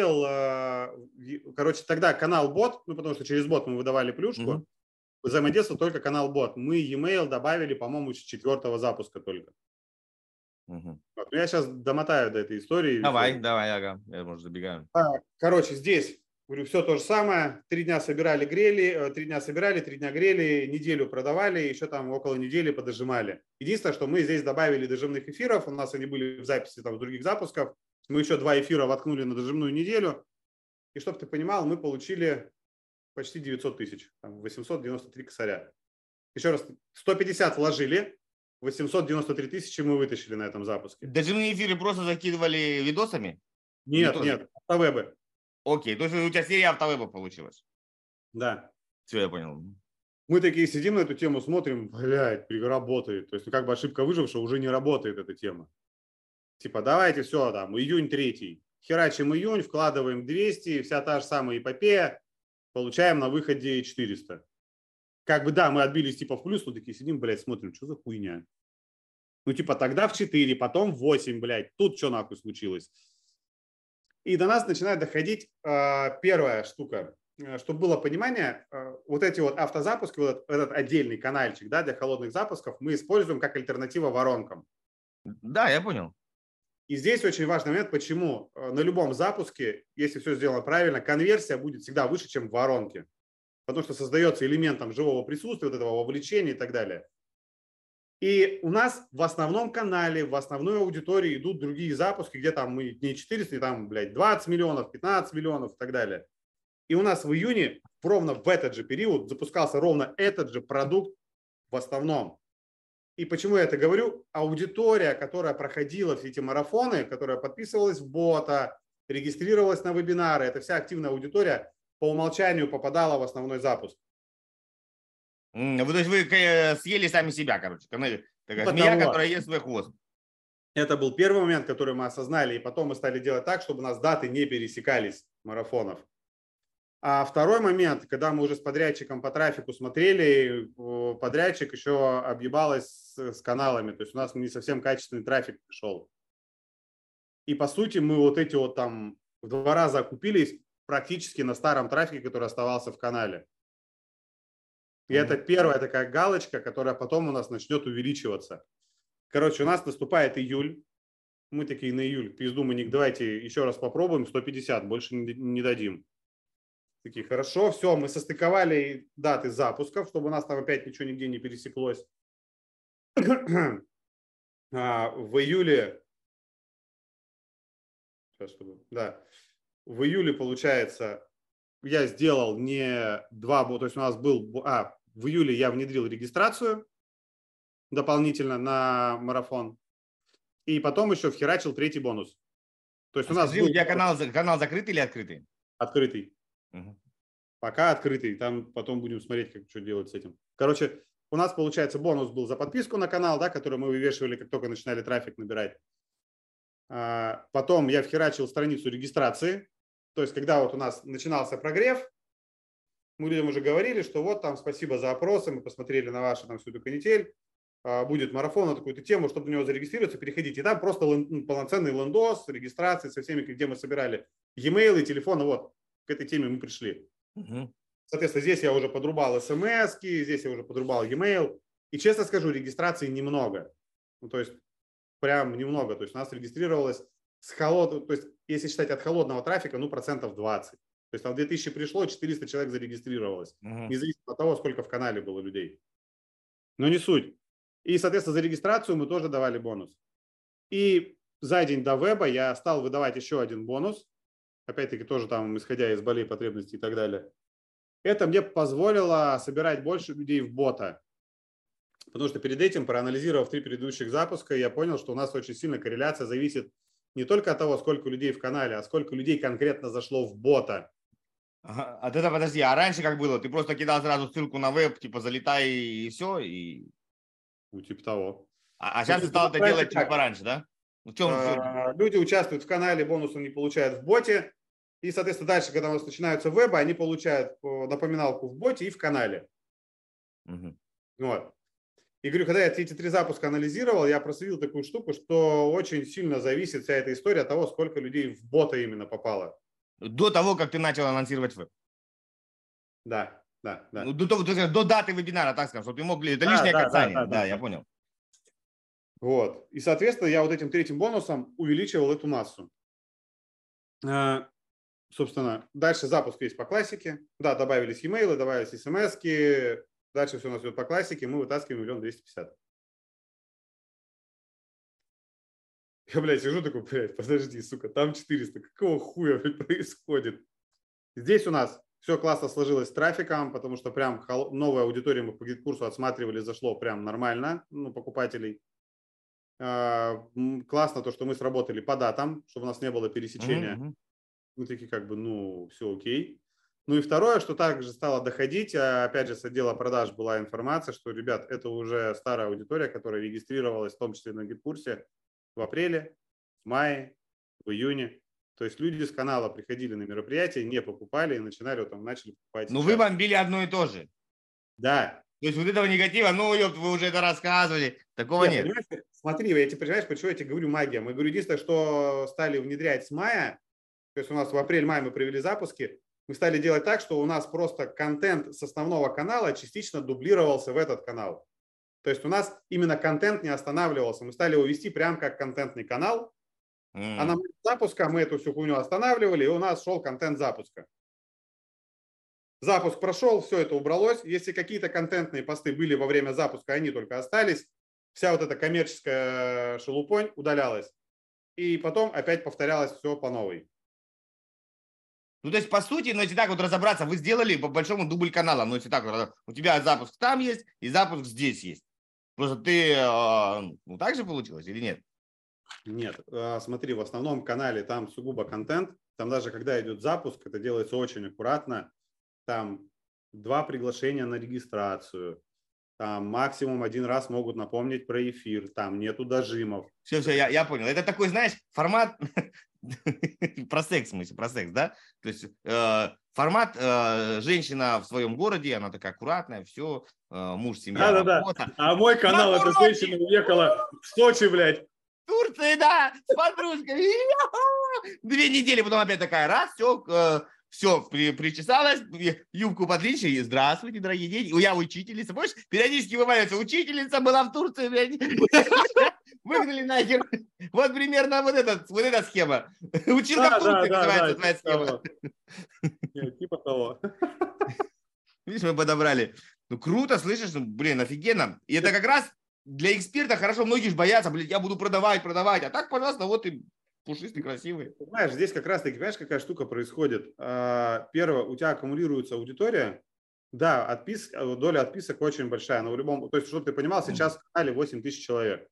B: e-mail, короче, тогда канал бот, ну, потому что через бот мы выдавали плюшку, угу. Взаимодействовал только канал бот. Мы e-mail добавили, по-моему, с четвертого запуска только. Угу. Вот. Я сейчас домотаю до этой истории.
A: Давай, давай, ага, я, может, забегаю.
B: Короче, здесь, говорю, все то же самое. Три дня собирали, грели, три дня собирали, три дня грели, неделю продавали, еще там около недели подожимали. Единственное, что мы здесь добавили дожимных эфиров, у нас они были в записи там, с других запусков. Мы еще два эфира воткнули на дожимную неделю. И чтобы ты понимал, мы получили почти девятьсот тысяч, там восемьсот девяносто три косаря. Еще раз, сто пятьдесят вложили, восемьсот девяносто три тысячи мы вытащили на этом запуске.
A: Дожимные эфиры просто закидывали видосами?
B: Нет, нет, автовебы.
A: Окей, то есть у тебя серия автовебов получилась?
B: Да.
A: Все, я понял.
B: Мы такие сидим на эту тему, смотрим, блядь, работает. То есть как бы ошибка выжившего, уже не работает эта тема. Типа, давайте все, там, июнь третий. Херачим июнь, вкладываем двести, вся та же самая эпопея, получаем на выходе четыреста. Как бы, да, мы отбились типа в плюс, но такие сидим, блядь, смотрим, что за хуйня. Ну, типа, тогда в четыре, потом в восемь, блядь, тут что нахуй случилось. И до нас начинает доходить э, первая штука. Чтобы было понимание, э, вот эти вот автозапуски, вот этот отдельный канальчик, да, для холодных запусков мы используем как альтернатива воронкам.
A: Да, я понял.
B: И здесь очень важный момент, почему на любом запуске, если все сделано правильно, конверсия будет всегда выше, чем в воронке. Потому что создается элементом живого присутствия, вот этого вовлечения и так далее. И у нас в основном канале, в основной аудитории идут другие запуски, где там мы не четыреста, там, блядь, двадцать миллионов, пятнадцать миллионов и так далее. И у нас в июне, ровно в этот же период, запускался ровно этот же продукт в основном. И почему я это говорю? Аудитория, которая проходила все эти марафоны, которая подписывалась в бота, регистрировалась на вебинары, эта вся активная аудитория по умолчанию попадала в основной запуск.
A: Mm, то есть вы съели сами себя, короче. Такая змея, которая ест свой хвост.
B: Это был первый момент, который мы осознали, и потом мы стали делать так, чтобы у нас даты не пересекались марафонов. А второй момент, когда мы уже с подрядчиком по трафику смотрели, подрядчик еще объебалась с, с каналами, то есть у нас не совсем качественный трафик пришел. И по сути мы вот эти вот там в два раза окупились практически на старом трафике, который оставался в канале. И mm-hmm. это первая такая галочка, которая потом у нас начнет увеличиваться. Короче, у нас наступает июль. Мы такие на июль. Пизду мы не... Давайте еще раз попробуем. сто пятьдесят. Больше не, не дадим. Такие, хорошо. Все, мы состыковали даты запусков, чтобы у нас там опять ничего нигде не пересеклось. а, в июле... Сейчас, чтобы... Да. В июле, получается, я сделал не два... То есть у нас был... А, в июле я внедрил регистрацию дополнительно на марафон. И потом еще вхерачил третий бонус. То есть
A: а
B: у нас
A: скажи,
B: был...
A: у тебя канал, канал закрытый или открытый?
B: Открытый.
A: Угу.
B: Пока открытый. Там потом будем смотреть, как что делать с этим. Короче, у нас, получается, бонус был за подписку на канал, да, который мы вывешивали, как только начинали трафик набирать. А, потом я вхерачил страницу регистрации. То есть, когда вот у нас начинался прогрев, мы людям уже говорили, что вот там спасибо за опросы, мы посмотрели на вашу там всю эту канитель. Будет марафон на такую-то тему, чтобы на него зарегистрироваться, переходите. И там просто лен, полноценный лендос, регистрации со всеми, где мы собирали e-mail и телефоны. Вот, к этой теме мы пришли. Угу. Соответственно, здесь я уже подрубал смс-ки, здесь я уже подрубал e-mail. И честно скажу, регистрации немного. Ну, то есть, прям немного. То есть, у нас регистрировалось с холодного, то есть, если считать от холодного трафика, ну, процентов двадцать. То есть, там две тысячи пришло, четыреста человек зарегистрировалось. Угу. Независимо от того, сколько в канале было людей. Но не суть. И, соответственно, за регистрацию мы тоже давали бонус. И за день до веба я стал выдавать еще один бонус. Опять-таки тоже там, исходя из болей, потребностей и так далее. Это мне позволило собирать больше людей в бота. Потому что перед этим, проанализировав три предыдущих запуска, я понял, что у нас очень сильно корреляция зависит не только от того, сколько людей в канале, а сколько людей конкретно зашло в бота.
A: Ага. А это, подожди, а раньше как было? Ты просто кидал сразу ссылку на веб, типа залетай и все, и...
B: Ну, типа того.
A: А, а сейчас ты стал это делать чуть пораньше, да? В чем,
B: а, люди участвуют в канале, бонус они получают в боте. И, соответственно, дальше, когда у нас начинаются вебы, они получают напоминалку в боте и в канале. Угу. Вот. И говорю, когда я эти три запуска анализировал, я проследил такую штуку, что очень сильно зависит вся эта история от того, сколько людей в бота именно попало.
A: До того, как ты начал анонсировать веб?
B: Да. Да, да.
A: Ну, до, до, до даты вебинара, так скажем, чтобы ты мог... Это лишнее
B: да,
A: касание. Да,
B: да, да,
A: да,
B: да,
A: я
B: да.
A: понял.
B: Вот. И, соответственно, я вот этим третьим бонусом увеличивал эту массу. А, собственно, дальше запуск есть по классике. Да, добавились e-mail, добавились смс-ки. Дальше все у нас идет по классике. Мы вытаскиваем миллион двести пятьдесят. Я, блядь, сижу такой, блядь, подожди, сука, там четыреста. Какого хуя, блядь, происходит? Здесь у нас все классно сложилось с трафиком, потому что прям новая аудитория мы по гид-курсу отсматривали, зашло прям нормально, ну, покупателей. А, классно то, что мы сработали по датам, чтобы у нас не было пересечения. Mm-hmm. Мы такие как бы, ну, все окей. Ну и второе, что также стало доходить, опять же, с отдела продаж была информация, что, ребят, это уже старая аудитория, которая регистрировалась, в том числе на гид-курсе, в апреле, в мае, в июне. То есть люди с канала приходили на мероприятия, не покупали и начинали вот там, начали покупать.
A: Ну вы бомбили одно и то же.
B: Да.
A: То есть вот этого негатива, ну, ёпт, вы уже это рассказывали, такого нет.
B: нет. Смотри, я тебе понимаешь, почему я тебе говорю магия. Мы говорю, единственное, что стали внедрять с мая, то есть у нас в апрель-мае мы провели запуски, мы стали делать так, что у нас просто контент с основного канала частично дублировался в этот канал. То есть у нас именно контент не останавливался. Мы стали его вести прям как контентный канал. Mm. А на момент запуска мы эту всю хуйню останавливали, и у нас шел контент запуска. Запуск прошел, все это убралось. Если какие-то контентные посты были во время запуска, они только остались, вся вот эта коммерческая шелупонь удалялась. И потом опять повторялось все по новой.
A: Ну, то есть, по сути, ну, если так вот разобраться, вы сделали по большому дубль канала. Ну, если так вот, у тебя запуск там есть и запуск здесь есть. Просто ты, ну, так же получилось или нет?
B: Нет, смотри, в основном канале там сугубо контент. Там даже когда идет запуск, это делается очень аккуратно. Там два приглашения на регистрацию. Там максимум один раз могут напомнить про эфир. Там нету дожимов.
A: Все, все, я, я понял. Это такой, знаешь, формат про секс, в смысле, про секс, да? То есть э, формат э, женщина в своем городе, она такая аккуратная, все, э, муж, семья,
B: да,
A: работа.
B: Да, да. А мой канал, это женщина уехала в Сочи, блядь.
A: В Турции, да, с подружкой. Две недели, потом опять такая, раз, все, э, все, при, причесалась, юбку подлиннее, и здравствуйте, дорогие дети. Я учительница, помнишь, периодически вываливается, учительница была в Турции, блядь. выгнали нахер. Вот примерно вот, этот, вот эта схема. Училка
B: Да,
A: в
B: да,
A: Турции
B: да,
A: называется
B: да,
A: твоя
B: типа
A: схема.
B: того. Нет, типа того.
A: Видишь, мы подобрали. Ну, круто, слышишь? Ну, блин, офигенно. И это как раз для эксперта хорошо. Многие же боятся, блин, я буду продавать, продавать. А так, пожалуйста, вот и пушистый, красивый.
B: Понимаешь, здесь как раз-таки, понимаешь, какая штука происходит? А, Первое, у тебя аккумулируется аудитория. Да, отпис, доля отписок очень большая, но в любом... То есть, чтобы ты понимал, сейчас в канале восемь тысяч человек.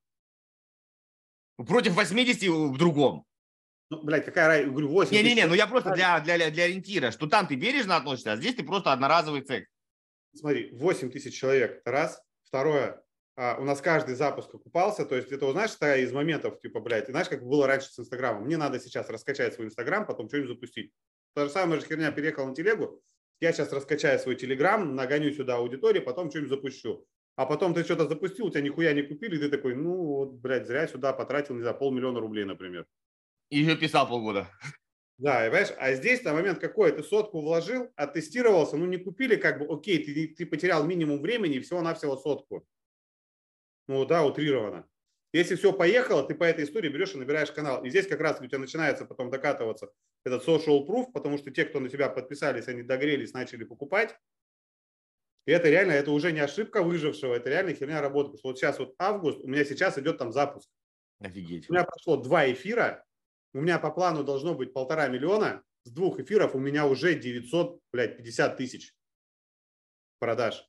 A: Против восьмидесяти в другом.
B: Ну, блядь, какая разница? Говорю, восемь тысяч.
A: Не-не-не, ну я просто для, для, для ориентира, что там ты бережно относишься, а здесь ты просто одноразовый цех.
B: Смотри, восемь тысяч человек, это раз. Второе, а, у нас каждый запуск окупался, то есть это, знаешь, это из моментов, типа, блядь, знаешь, как было раньше с Инстаграмом, мне надо сейчас раскачать свой Инстаграм, потом что-нибудь запустить. Та же самая же херня, переехал на телегу, я сейчас раскачаю свой Телеграм, нагоню сюда аудиторию, потом что-нибудь запущу. А потом ты что-то запустил, у тебя нихуя не купили, и ты такой, ну, вот, блядь, зря сюда потратил, не знаю, полмиллиона рублей, например.
A: И еще писал полгода.
B: Да, и понимаешь, а здесь на момент какой, ты сотку вложил, оттестировался, ну не купили, как бы, окей, ты, ты потерял минимум времени, всего-навсего сотку. Ну да, утрированно. Если все поехало, ты по этой истории берешь и набираешь канал. И здесь как раз у тебя начинается потом докатываться этот social proof, потому что те, кто на тебя подписались, они догрелись, начали покупать. И это реально, это уже не ошибка выжившего, это реально херня работы. Потому что вот сейчас вот август, у меня сейчас идет там запуск.
A: Офигеть.
B: У меня прошло два эфира, у меня по плану должно быть полтора миллиона, с двух эфиров у меня уже девятьсот пятьдесят тысяч продаж.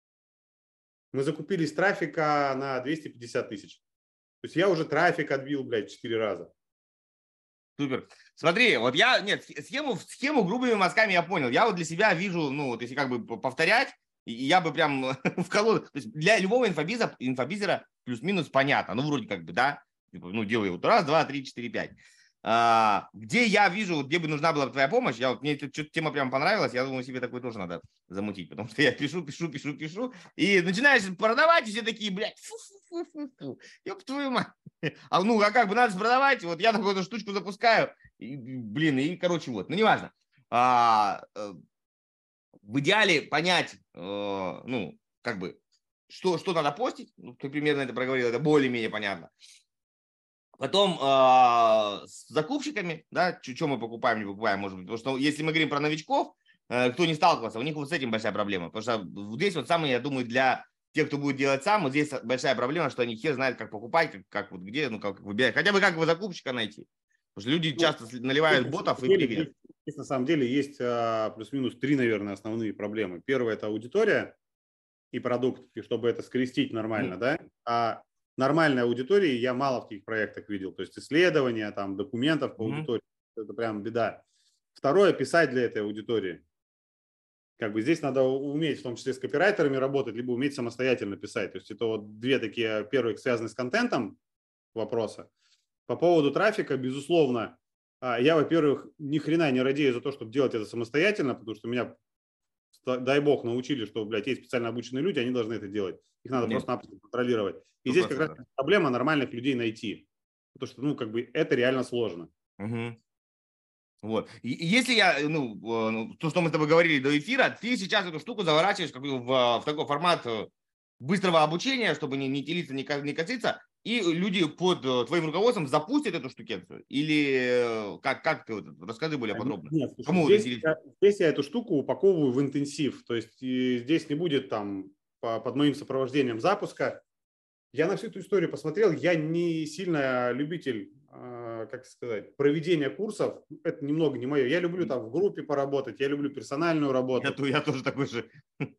B: Мы закупились трафика на двести пятьдесят тысяч. То есть я уже трафик отбил, блядь, четыре раза.
A: Супер. Смотри, вот я, нет, схему, схему грубыми мазками я понял. Я вот для себя вижу, ну, вот если как бы повторять, и я бы прям вколол. То есть для любого инфобиза, инфобизера плюс-минус понятно. Ну, вроде как бы, да. Ну, делаю вот раз, два, три, четыре, пять. А, где я вижу, где бы нужна была твоя помощь, я вот, мне эта тема прям понравилась, я думаю, себе такой тоже надо замутить, потому что я пишу, пишу, пишу, пишу, и начинаешь продавать, и все такие, блядь, фу-фу-фу-фу, ёб твою мать. А ну, а как бы надо продавать, вот я такую штучку запускаю, и, блин, и короче вот, ну неважно. А, в идеале понять, ну, как бы, что, что надо постить, ну, ты примерно это проговорил, это более-менее понятно. Потом э, с закупщиками, да, что мы покупаем, не покупаем, может быть. Потому что если мы говорим про новичков, э, кто не сталкивался, у них вот с этим большая проблема. Потому что здесь вот самое, я думаю, для тех, кто будет делать сам, вот здесь большая проблема, что они хер знают, как покупать, как, как вот где, ну, как выбирать. Хотя бы как его закупщика найти. Потому что люди ну, часто наливают
B: здесь,
A: ботов и
B: деле,
A: привет.
B: Здесь на самом деле есть а, плюс-минус три, наверное, основные проблемы. Первое – это аудитория и продукт, и чтобы это скрестить нормально, mm-hmm. да. А нормальной аудитории я мало в каких проектах видел. То есть исследования, там, документов по mm-hmm. аудитории. Это прям беда. Второе – писать для этой аудитории. Как бы здесь надо уметь, в том числе с копирайтерами работать, либо уметь самостоятельно писать. То есть это вот две такие, первые, связаны с контентом вопроса. По поводу трафика, безусловно, я, во-первых, ни хрена не радею за то, чтобы делать это самостоятельно, потому что меня, дай бог, научили, что, блядь, есть специально обученные люди, они должны это делать. Их надо Нет. просто-напросто контролировать. И сто процентов. Здесь как раз проблема нормальных людей найти. Потому что, ну, как бы, это реально сложно.
A: Угу. Вот. И, и если я, ну, то, что мы с тобой говорили до эфира, ты сейчас эту штуку заворачиваешь как бы в, в такой формат быстрого обучения, чтобы не, не телиться, не, не коситься, и люди под твоим руководством запустят эту штукенцию? Или как, как ты, вот, расскажи более подробно.
B: Нет, слушай, Кому здесь, я, здесь я эту штуку упаковываю в интенсив, то есть здесь не будет там по, под моим сопровождением запуска. Я на всю эту историю посмотрел, я не сильно любитель, э, как сказать, проведения курсов, это немного не мое. Я люблю там в группе поработать, я люблю персональную работу.
A: Я, я тоже такой же.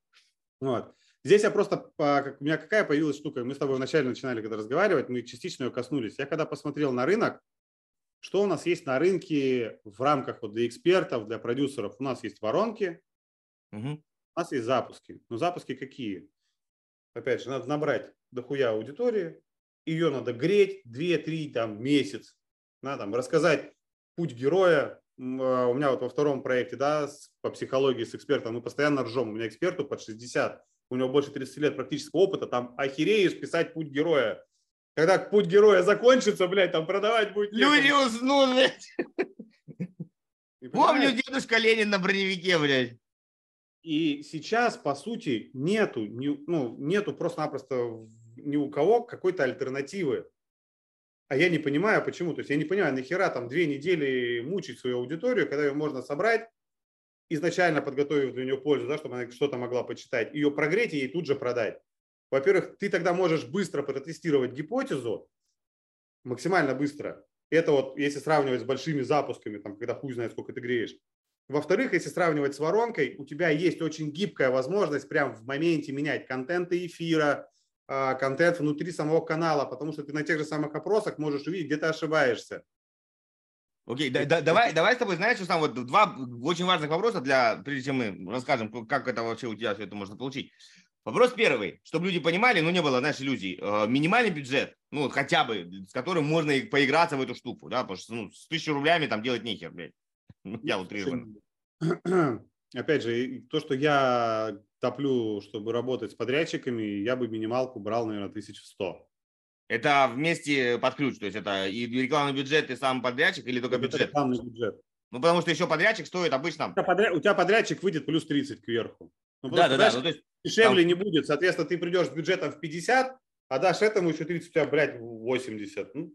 B: Вот. Здесь я просто, как, у меня какая появилась штука, мы с тобой вначале начинали когда разговаривать, мы частично ее коснулись. Я когда посмотрел на рынок, что у нас есть на рынке в рамках вот для экспертов, для продюсеров, у нас есть воронки, угу. у нас есть запуски. Но запуски какие? Опять же, надо набрать дохуя аудитории, ее надо греть два-три там, месяц, надо там, рассказать путь героя. У меня вот во втором проекте, да, по психологии с экспертом, мы постоянно ржем, у меня эксперту под шестьдесят, у него больше тридцати лет практического опыта, там охереешь писать путь героя. Когда путь героя закончится, блядь, там продавать будет некому.
A: Люди уснут, блядь. Помню дедушка Ленин на броневике, блядь.
B: И сейчас, по сути, нету, не, ну, нету просто-напросто ни у кого какой-то альтернативы. а я не понимаю, почему. То есть я не понимаю, нахера там две недели мучить свою аудиторию, когда ее можно собрать, изначально подготовив для нее пользу, да, чтобы она что-то могла почитать, ее прогреть и ей тут же продать. Во-первых, ты тогда можешь быстро протестировать гипотезу, максимально быстро. Это вот если сравнивать с большими запусками, там, когда хуй знает, сколько ты греешь. Во-вторых, если сравнивать с воронкой, у тебя есть очень гибкая возможность прям в моменте менять контенты эфира, контент внутри самого канала, потому что ты на тех же самых опросах можешь увидеть, где ты ошибаешься.
A: Окей, да, да, давай, давай с тобой, знаешь, что там вот два очень важных вопроса, для, прежде чем мы расскажем, как это вообще у тебя все это можно получить. Вопрос первый, чтобы люди понимали, ну не было, знаешь, иллюзий. Э, минимальный бюджет, ну хотя бы, с которым можно и поиграться в эту штуку, да, потому что ну, с тысячей рублями там делать нехер, блядь. Я утрированно.
B: Опять же, то, что я топлю, чтобы работать с подрядчиками, я бы минималку брал, наверное, тысячу сто.
A: Это вместе под ключ, то есть это и рекламный бюджет, и сам подрядчик, или только
B: Это
A: бюджет?
B: рекламный бюджет.
A: Ну, потому что еще подрядчик стоит обычно...
B: У тебя, подряд, у тебя подрядчик выйдет плюс тридцать кверху. Ну,
A: да, да, да. Ну, то есть,
B: дешевле
A: там...
B: не будет. Соответственно, ты придешь с бюджетом в пятьдесят, а дашь этому еще тридцать, у тебя, блядь, восемьдесят. Ну,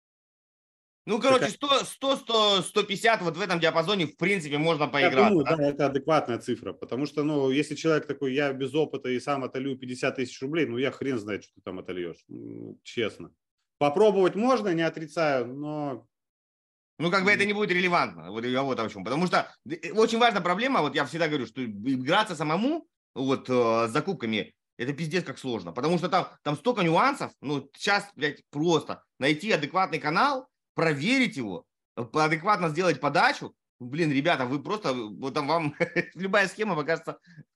A: ну короче, сто, сто, сто, сто пятьдесят, вот в этом диапазоне, в принципе, можно поиграться.
B: Я думаю,
A: да?
B: да, это адекватная цифра. Потому что, ну, если человек такой, я без опыта и сам отолью пятьдесят тысяч рублей, ну, я хрен знает, что ты там отольешь. Ну, честно. Попробовать можно, не отрицаю, но...
A: Ну, как бы это не будет релевантно. Вот я вот о чем. Потому что очень важная проблема, вот я всегда говорю, что играться самому вот с закупками, это пиздец как сложно. Потому что там, там столько нюансов. Ну, сейчас, блядь, просто найти адекватный канал, проверить его, адекватно сделать подачу. Блин, ребята, вы просто, вот там вам любая схема покажется,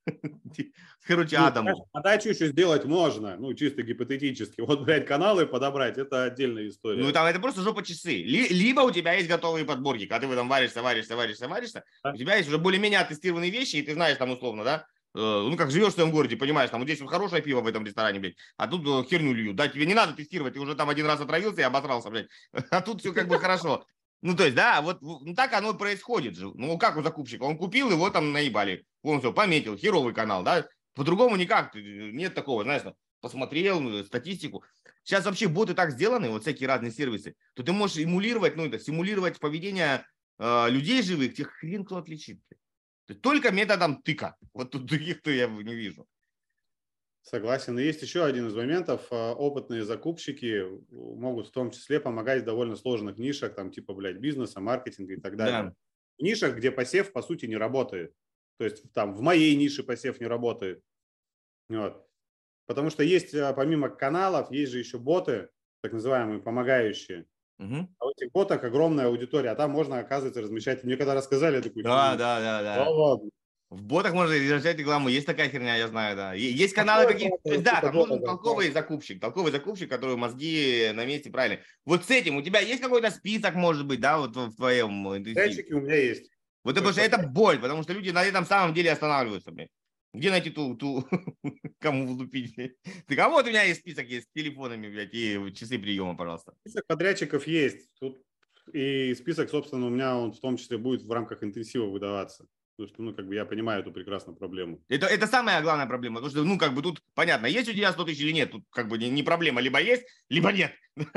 A: короче,
B: ну,
A: адом.
B: Подачу еще сделать можно, ну, чисто гипотетически. Вот, блядь, каналы подобрать, это отдельная история.
A: Ну, там это просто жопа часы. Либо у тебя есть готовые подборки, когда ты в этом варишься, варишься, варишься, варишься, да? У тебя есть уже более-менее оттестированные вещи, и ты знаешь там условно, да, ну, как живешь в своем городе, понимаешь, там вот здесь вот хорошее пиво в этом ресторане, блядь, а тут херню льют, да, тебе не надо тестировать, ты уже там один раз отравился и обосрался, блядь, а тут все как бы хорошо. Ну, то есть, да, вот ну, так оно происходит же. Ну, как у закупщика, он купил, его там наебали, он все пометил, херовый канал, да, по-другому никак, нет такого, знаешь, посмотрел статистику. Сейчас вообще боты так сделаны, вот всякие разные сервисы, то ты можешь эмулировать, ну, это, симулировать поведение э, людей живых, тех хрен кто отличит. Только методом тыка. Вот тут других-то я не вижу.
B: Согласен. И есть еще один из моментов. Опытные закупщики могут в том числе помогать в довольно сложных нишах, там типа, блядь, бизнеса, маркетинга и так далее. Да. В нишах, где посев, по сути, не работает. То есть там в моей нише посев не работает. Вот. Потому что есть, помимо каналов, есть же еще боты, так называемые помогающие. Угу. А у этих ботах огромная аудитория, а там можно, оказывается, размещать. Мне когда рассказали, я такой...
A: Да, да, да, да.
B: ладно.
A: В ботах можно размещать рекламу. Есть такая херня, я знаю, да. Есть каналы какие-то. То есть, да, там нужен толковый закупщик. Толковый закупщик, который мозги на месте, правильно. Вот с этим у тебя есть какой-то список, может быть, да, вот в твоем
B: интенсиве? У меня есть.
A: Вот потому что это боль, потому что люди на этом самом деле останавливаются, блядь. Где найти ту, ту кому влупить? Ты кого вот у меня есть список, есть с телефонами, блядь, и часы приема, пожалуйста.
B: Список подрядчиков есть. Тут и список, собственно, у меня он в том числе будет в рамках интенсива выдаваться. Потому что, ну, как бы я понимаю эту прекрасную проблему.
A: Это, это самая главная проблема. Потому что, ну, как бы тут понятно, есть у тебя сто тысяч или нет. Тут как бы не, не проблема. Либо есть, либо нет.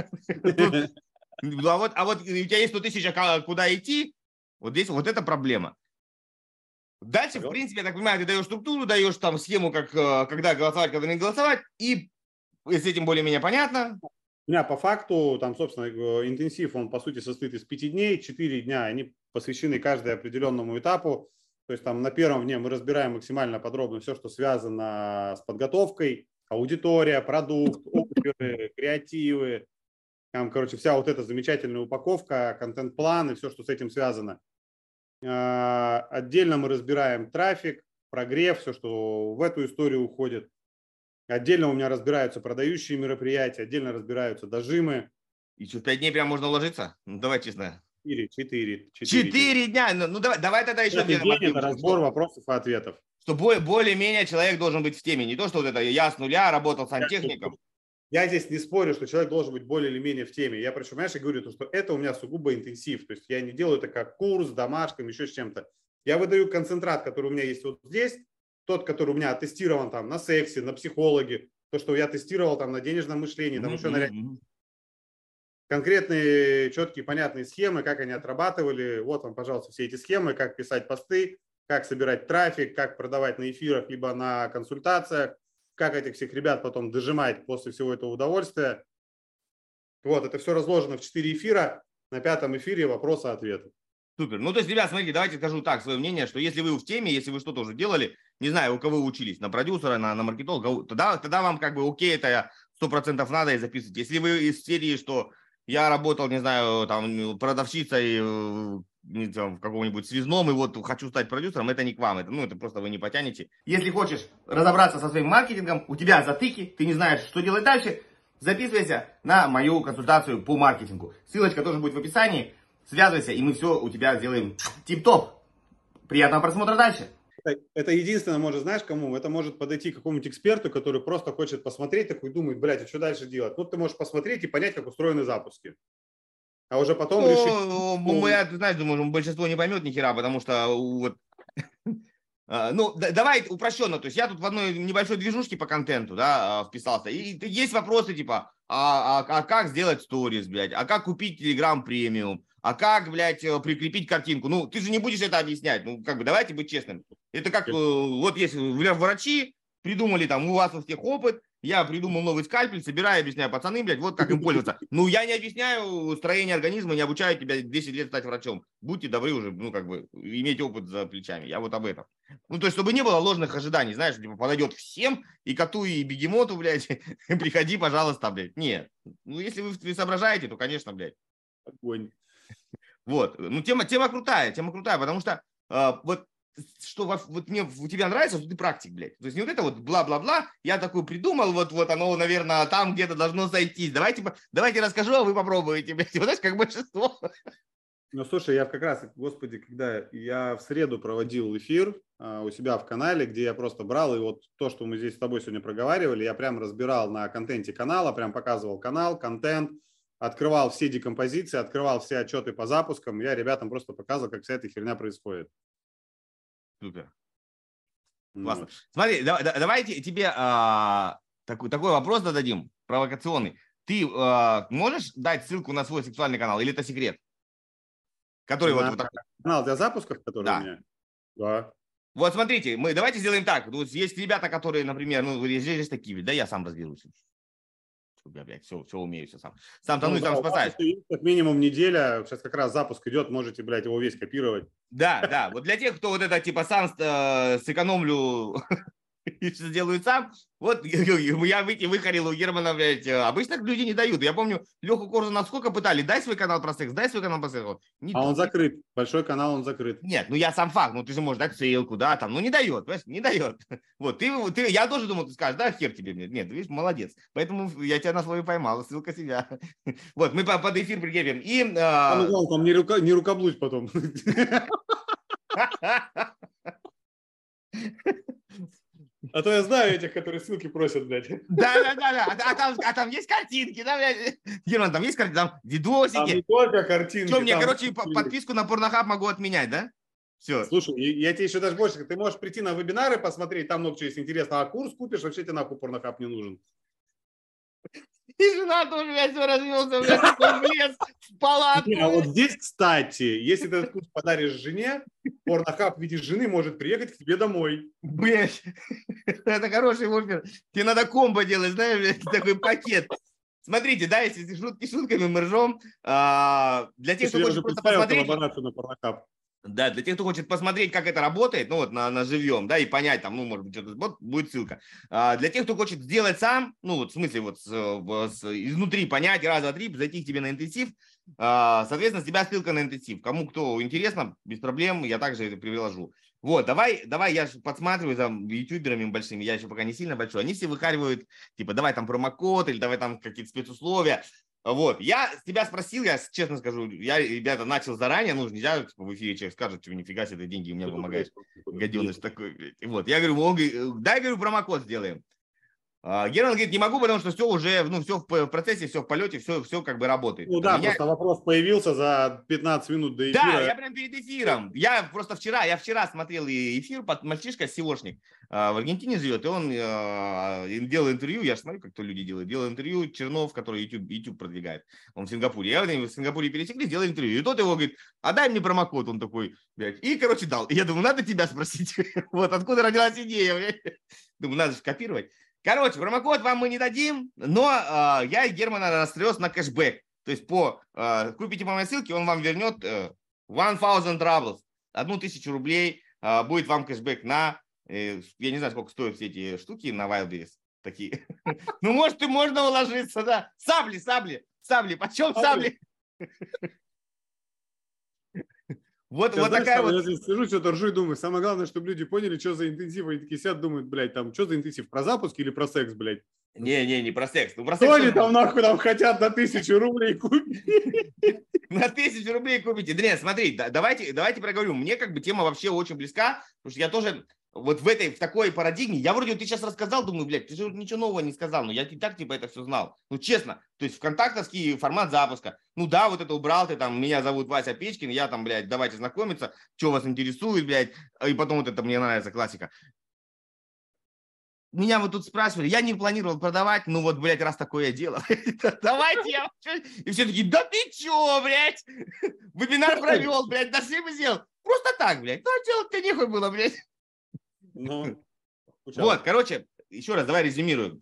A: А вот, а вот у тебя есть сто тысяч, а куда идти? Вот здесь вот эта проблема. Дальше, в принципе, я так понимаю, ты даешь структуру, даешь там схему, как, когда голосовать, когда не голосовать, и с этим более-менее понятно.
B: У меня по факту, там, собственно, интенсив, он, по сути, состоит из пяти дней, четыре дня, они посвящены каждому определенному этапу. То есть там на первом дне мы разбираем максимально подробно все, что связано с подготовкой, аудитория, продукт, оперы, креативы, там, короче, вся вот эта замечательная упаковка, контент-план и все, что с этим связано. Отдельно мы разбираем трафик, прогрев, все, что в эту историю уходит. Отдельно у меня разбираются продающие мероприятия, отдельно разбираются дожимы.
A: И что, в пять дней прям можно уложиться? Ну, давай честно.
B: Четыре, четыре.
A: Четыре дня? Ну, ну давай, давай тогда еще...
B: День это разбор вопросов и ответов.
A: Что более-менее человек должен быть в теме. Не то, что вот это я с нуля работал сантехником.
B: Я здесь не спорю, что человек должен быть более или менее в теме. Я, причем, знаешь, я говорю, что это у меня сугубо интенсив. То есть я не делаю это как курс, домашком, еще с чем-то. Я выдаю концентрат, который у меня есть вот здесь, тот, который у меня тестирован там на сексе, на психологе, то, что я тестировал там на денежном мышлении, там mm-hmm. еще на ряд... конкретные, четкие, понятные схемы, как они отрабатывали. Вот вам, пожалуйста, все эти схемы, как писать посты, как собирать трафик, как продавать на эфирах, либо на консультациях, как этих всех ребят потом дожимать после всего этого удовольствия. Вот, это все разложено в четыре эфира. На пятом эфире вопросы-ответы.
A: Супер. Ну, то есть, ребят, смотрите, давайте скажу так, свое мнение, что если вы в теме, если вы что-то уже делали, не знаю, у кого вы учились, на продюсера, на, на маркетолога, тогда, тогда вам как бы окей, это сто процентов надо и записывать. Если вы из серии, что я работал, не знаю, там, продавщицей не, там, в каком-нибудь связном, и вот хочу стать продюсером, это не к вам, это, ну, это просто вы не потянете. Если хочешь разобраться со своим маркетингом, у тебя затыки, ты не знаешь, что делать дальше, записывайся на мою консультацию по маркетингу. Ссылочка тоже будет в описании. Связывайся, и мы все у тебя сделаем тип-топ. Приятного просмотра дальше.
B: Это, это единственное может, знаешь, кому? Это может подойти к какому-нибудь эксперту, который просто хочет посмотреть, такой думает, блядь, а что дальше делать? Ну, ты можешь посмотреть и понять, как устроены запуски. А уже потом
A: ну,
B: решить...
A: Я, ты знаешь, думаю, большинство не поймет ни хера, потому что вот... Ну, давай упрощенно, то есть я тут в одной небольшой движушке по контенту, да, вписался, и есть вопросы типа, а, а, а как сделать сторис, блядь, а как купить Telegram премиум, а как, блядь, прикрепить картинку, ну, ты же не будешь это объяснять, ну, как бы, давайте быть честными. Это как, вот есть врачи, придумали там, у вас у всех опыт, я придумал новый скальпель, собираю, объясняю, пацаны, блядь, вот как им пользоваться. Ну, я не объясняю строение организма, не обучаю тебя десять лет стать врачом. Будьте добры уже, ну, как бы, иметь опыт за плечами. Я вот об этом. Ну, то есть, чтобы не было ложных ожиданий, знаешь, типа, подойдет всем, и коту, и бегемоту, блядь, приходи, пожалуйста, блядь. Нет. Ну, если вы, вы соображаете, то, конечно, блядь.
B: Огонь.
A: Вот. Ну, тема, тема крутая, тема крутая, потому что э, вот что вот мне у тебя нравится, что ты практик, блядь. То есть не вот это вот бла-бла-бла, я такой придумал, вот, вот оно, наверное, там где-то должно сойтись. Давайте, давайте расскажу, а вы попробуете, блядь. Вот знаешь, как большинство.
B: Ну, слушай, я как раз, господи, когда я в среду проводил эфир а, у себя в канале, где я просто брал, и вот то, что мы здесь с тобой сегодня проговаривали, я прям разбирал на контенте канала, прям показывал канал, контент, открывал все декомпозиции, открывал все отчеты по запускам, я ребятам просто показывал, как вся эта херня происходит.
A: Супер. Классно. Mm. Смотри, да, да, давайте тебе а, такой, такой вопрос зададим, провокационный. Ты а, можешь дать ссылку на свой сексуальный канал или это секрет? Который
B: на
A: вот, вот такой.
B: Канал для запусков, который
A: да.
B: у меня? Да.
A: Вот смотрите, мы давайте сделаем так. Вот есть ребята, которые, например, ну, есть такие, да я сам разберусь. Я, блядь, все, все умею, все сам. Сам тону и сам спасаюсь.
B: Как минимум неделя, сейчас как раз запуск идет, можете, блядь, его весь копировать.
A: Да, да, вот для тех, кто вот это типа сам э, сэкономлю и сделаю сам, вот я выхарил у Германа, блядь, обычно люди не дают. Я помню, Леху Корзуна сколько пытали, дай свой канал про секс, дай свой канал про секс. Не
B: а он закрыт, большой канал он закрыт.
A: Нет, ну я сам факт, ну ты же можешь дать ссылку, да, там, ну не дает, понимаешь, не дает. Вот, ты, ты, я тоже думал, ты скажешь, да, хер тебе, нет, ты видишь, молодец. Поэтому я тебя на слове поймал, ссылка себя. Вот, мы под эфир прикрепим. И...
B: А, ну, главное, там не, рука, не рукоблудь потом. А то я знаю этих, которые ссылки просят, блядь.
A: Да-да-да, а, а, там, а там есть картинки, да, блядь? Герман, там есть картинки, там видосики.
B: Там не только картинки.
A: Что, мне,
B: там...
A: короче, подписку на Pornhub могу отменять, да? Все.
B: Слушай, я тебе еще даже больше, ты можешь прийти на вебинары, посмотреть, там много чего есть интересного, а курс купишь, вообще тебе нахуй Pornhub не нужен.
A: И жена тоже, блядь, все развелся, блядь, в лес, в палатку.
B: А вот здесь, кстати, если ты этот курс подаришь жене, Pornhub в виде жены может приехать к тебе домой.
A: Блядь, это хороший офер. Тебе надо комбо делать, знаешь, блядь, такой пакет. Смотрите, да, если шутки шутками мы ржем. А, для тех, кто хочет просто посмотреть...
B: коллаборацию на Pornhub.
A: Да, для тех, кто хочет посмотреть, как это работает, ну вот на, на живьем, да, и понять, там, ну, может быть, что-то, вот будет ссылка. А для тех, кто хочет сделать сам, ну, вот в смысле, вот с, с, изнутри понять, раз, два, три, зайти к тебе на интенсив, а, соответственно, с тебя ссылка на интенсив. Кому кто интересно, без проблем, я также это приложу. Вот, давай, давай, я подсматриваю за ютуберами большими, я еще пока не сильно большой, они все выхаривают, типа, давай там промокод или давай там какие-то спецусловия. Вот, я тебя спросил, я честно скажу, я, ребята, начал заранее, ну, нельзя, типа, в эфире человек скажет, что нифига себе, деньги мне помогаешь, гаденыш такой, блядь. Вот, я говорю, он, дай, говорю, промокод сделаем. Герман говорит, не могу, потому что все уже, ну, все в процессе, все в полете, все, все как бы работает.
B: Ну да,
A: Меня...
B: просто вопрос появился за пятнадцать минут до эфира.
A: Да, я прям перед эфиром. Я просто вчера, я вчера смотрел эфир, под мальчишка сеошник в Аргентине живет, и он делал интервью, я же смотрю, как то люди делают, делал интервью Чернов, который YouTube, YouTube продвигает, он в Сингапуре. Я в Сингапуре пересекли, делал интервью, и тот его говорит, а дай мне промокод, он такой, блядь, и, короче, дал. И я думаю, надо тебя спросить, вот откуда родилась идея, блядь. Думаю, надо же копировать. Короче, промокод вам мы не дадим, но э, я и Германа растрёс на кэшбэк. То есть по э, купите по моей ссылке, он вам вернет э, тысячу rubles, одну тысячу рублей э, будет вам кэшбэк на, э, я не знаю, сколько стоят все эти штуки на Wildberries такие. Ну, может, и можно уложиться, да. Сабли, сабли, сабли, почем сабли? Вот, вот такая вот.
B: Я сижу, что-то ржу и думаю, самое главное, чтобы люди поняли, что за интенсив, они такие сидят, думают, блядь, там, что за интенсив, про запуск или про секс, блядь?
A: Не-не, не про секс. Ну, про
B: секс. Что
A: они
B: там нахуй там хотят на тысячу рублей купить?
A: На тысячу рублей купите. Дрен, смотри, давайте, давайте проговорю. Мне как бы тема вообще очень близка, потому что я тоже вот в этой, в такой парадигме, я вроде, ты сейчас рассказал, думаю, блядь, ты же ничего нового не сказал, но я и так типа это все знал. Ну, честно, то есть вконтактовский формат запуска. Ну да, вот это убрал ты там, меня зовут Вася Печкин, я там, блядь, давайте знакомиться, что вас интересует, блядь, и потом вот это мне нравится, классика. Меня вот тут спрашивали, я не планировал продавать, ну вот, блядь, раз такое дело, давайте я... И все такие, да ты чё, блядь, вебинар провел, блядь, да что бы сделал? Просто так, блядь, ну делать-то нехуй было, блядь.
B: Ну,
A: вот, короче, еще раз, давай резюмируем.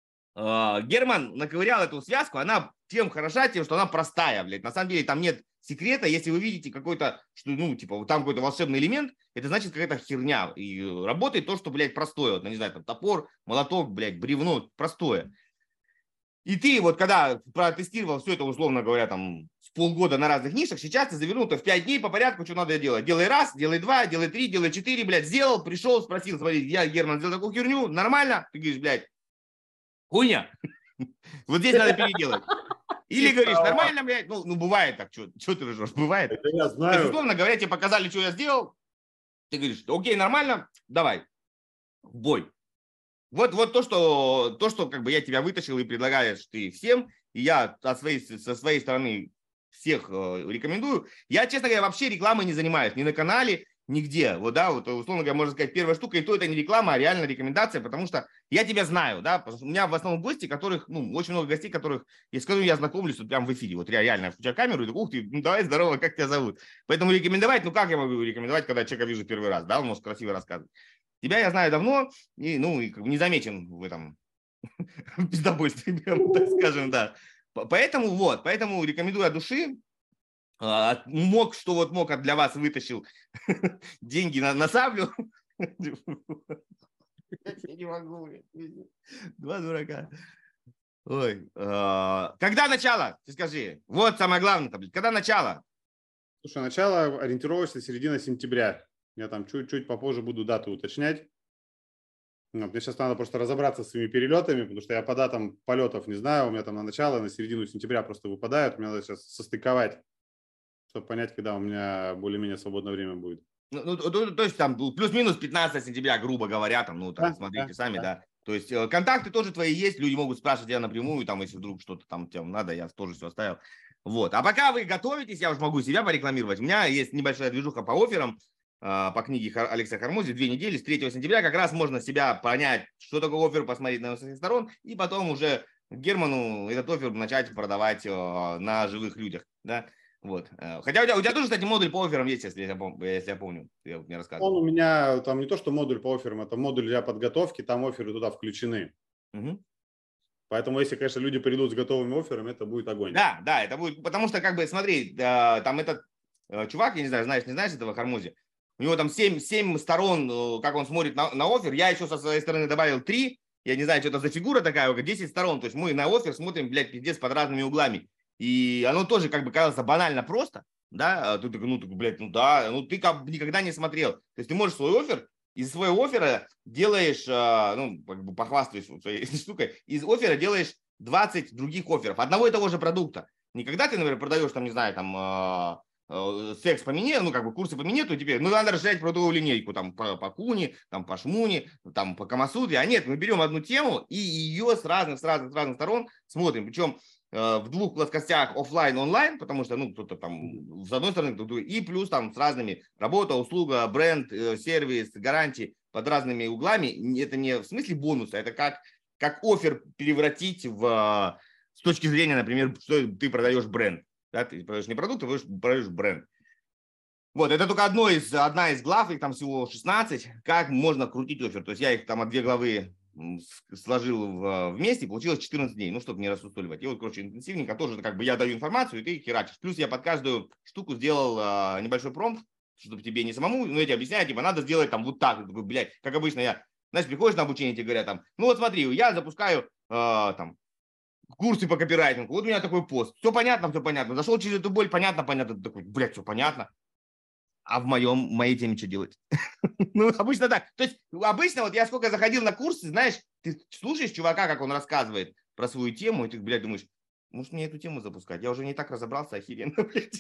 A: Герман наковырял эту связку, она тем хороша, тем, что она простая, блядь. На самом деле там нет секрета, если вы видите какой-то, что, ну, типа, там какой-то волшебный элемент, это значит какая-то херня. И работает то, что, блядь, простое. Вот, ну, не знаю, там топор, молоток, блядь, бревно, простое. И ты вот когда протестировал все это, условно говоря, там, с полгода на разных нишах, сейчас ты завернул-то в пять дней по порядку, что надо делать. Делай раз, делай два, делай три, делай четыре, блядь, сделал, пришел, спросил, смотри, я, Герман, сделал такую херню, нормально? Ты говоришь, блядь, хуйня. Вот здесь надо переделать. Или говоришь, нормально, блядь, ну, ну бывает так, что ты ржешь, бывает.
B: Это я знаю.
A: То есть, условно говоря, тебе показали, что я сделал, ты говоришь, окей, нормально, давай, в бой. Вот, вот то, что, то, что как бы я тебя вытащил и предлагаешь ты всем, и я от своей, со своей стороны всех э, рекомендую. Я, честно говоря, вообще рекламой не занимаюсь, ни на канале, нигде. Вот, да, вот, условно говоря, можно сказать, первая штука, и то это не реклама, а реально рекомендация, потому что я тебя знаю, да, потому что у меня в основном гости, которых, ну, очень много гостей, которых, я скажу, я знакомлюсь вот прямо в эфире, вот реально, я включаю камеру и такой, ух ты, ну, давай, здорово, как тебя зовут? Поэтому рекомендовать, ну, как я могу рекомендовать, когда человека вижу первый раз, да, он может красиво рассказывать. Тебя я знаю давно, и, ну, и не замечен в этом пиздобольстве, так скажем, да. Поэтому вот, поэтому рекомендую от души. Мог, что вот мог, для вас вытащил деньги на, на саблю. Я не могу, два дурака. Ой, когда начало? Ты скажи. Вот самое главное, когда начало?
B: Слушай, начало ориентировочно середина сентября. Я там чуть-чуть попозже буду дату уточнять. Ну, мне сейчас надо просто разобраться с своими перелетами, потому что я по датам полетов не знаю. У меня там на начало, на середину сентября просто выпадают. Мне надо сейчас состыковать, чтобы понять, когда у меня более-менее свободное время будет.
A: Ну, ну то, то есть там плюс-минус пятнадцатое сентября, грубо говоря, там, ну, там, да, смотрите да, сами, да. да. То есть контакты тоже твои есть, люди могут спрашивать тебя напрямую, там, если вдруг что-то там тебе надо, я тоже все оставил. Вот. А пока вы готовитесь, я уж могу себя порекламировать. У меня есть небольшая движуха по офферам. По книге Алекса Хормози две недели, с третьего сентября как раз можно себя понять, что такое оффер, посмотреть на всех сторон, и потом уже Герману этот оффер начать продавать на живых людях, да, вот. Хотя у тебя, у тебя тоже, кстати, модуль по офферам есть, если я, если я помню, я вот мне рассказывал.
B: Он у меня, там не то, что модуль по офферам, это модуль для подготовки, там офферы туда включены. Угу. Поэтому, если, конечно, люди придут с готовыми офферами, это будет огонь.
A: Да, да, это будет, потому что, как бы, смотри, там этот чувак, я не знаю, знаешь, не знаешь этого Хормози, у него там семь, семь сторон, как он смотрит на, на оффер. Я еще со своей стороны добавил три. Я не знаю, что это за фигура такая, десять сторон. То есть мы на оффер смотрим, блядь, пиздец, под разными углами. И оно тоже как бы кажется банально просто. Да, ты такой, ну, так, блядь, ну да, ну ты как бы никогда не смотрел. То есть ты можешь свой оффер, из своего оффера делаешь, ну, как бы похвастаюсь своей штукой, из оффера делаешь двадцать других офферов. Одного и того же продукта. Не когда ты, например, продаешь там, не знаю, там... э, секс по минету, ну, как бы курсы по минету, теперь, ну, надо расширять продуктовую линейку, там, по, по куни, там, по шмуни, там, по камасутре. А нет, мы берем одну тему и ее с разных, с разных, с разных сторон смотрим. Причем э, в двух плоскостях офлайн, онлайн, потому что, ну, кто-то там с одной стороны, кто-то, и плюс там с разными работа, услуга, бренд, э, сервис, гарантии под разными углами. Это не в смысле бонуса, это как, как оффер превратить в, с точки зрения, например, что ты продаешь бренд. Да, ты продаешь не продукт, ты продаешь бренд. Вот, это только одно из, одна из глав, их там всего шестнадцать, как можно крутить оффер. То есть я их там от две главы сложил в, вместе, получилось четырнадцать дней, ну, чтобы не рассусоливать. И вот, короче, интенсивненько тоже как бы я даю информацию, и ты херачишь. Плюс я под каждую штуку сделал а, небольшой промпт, чтобы тебе не самому, ну, я тебе объясняю, типа, надо сделать там вот так. Такой, блядь, как обычно я, знаешь, приходишь на обучение, тебе говорят там, ну, вот смотри, я запускаю а, там курсы по копирайтингу, вот у меня такой пост, все понятно, все понятно, зашел через эту боль, понятно, понятно, ты такой, блядь, все понятно. А в моем, в моей теме что делать? Ну, обычно так. То есть, обычно, вот я сколько заходил на курсы, знаешь, ты слушаешь чувака, как он рассказывает про свою тему, и ты, блядь, думаешь, может, мне эту тему запускать? Я уже не так разобрался, охеренно, блядь.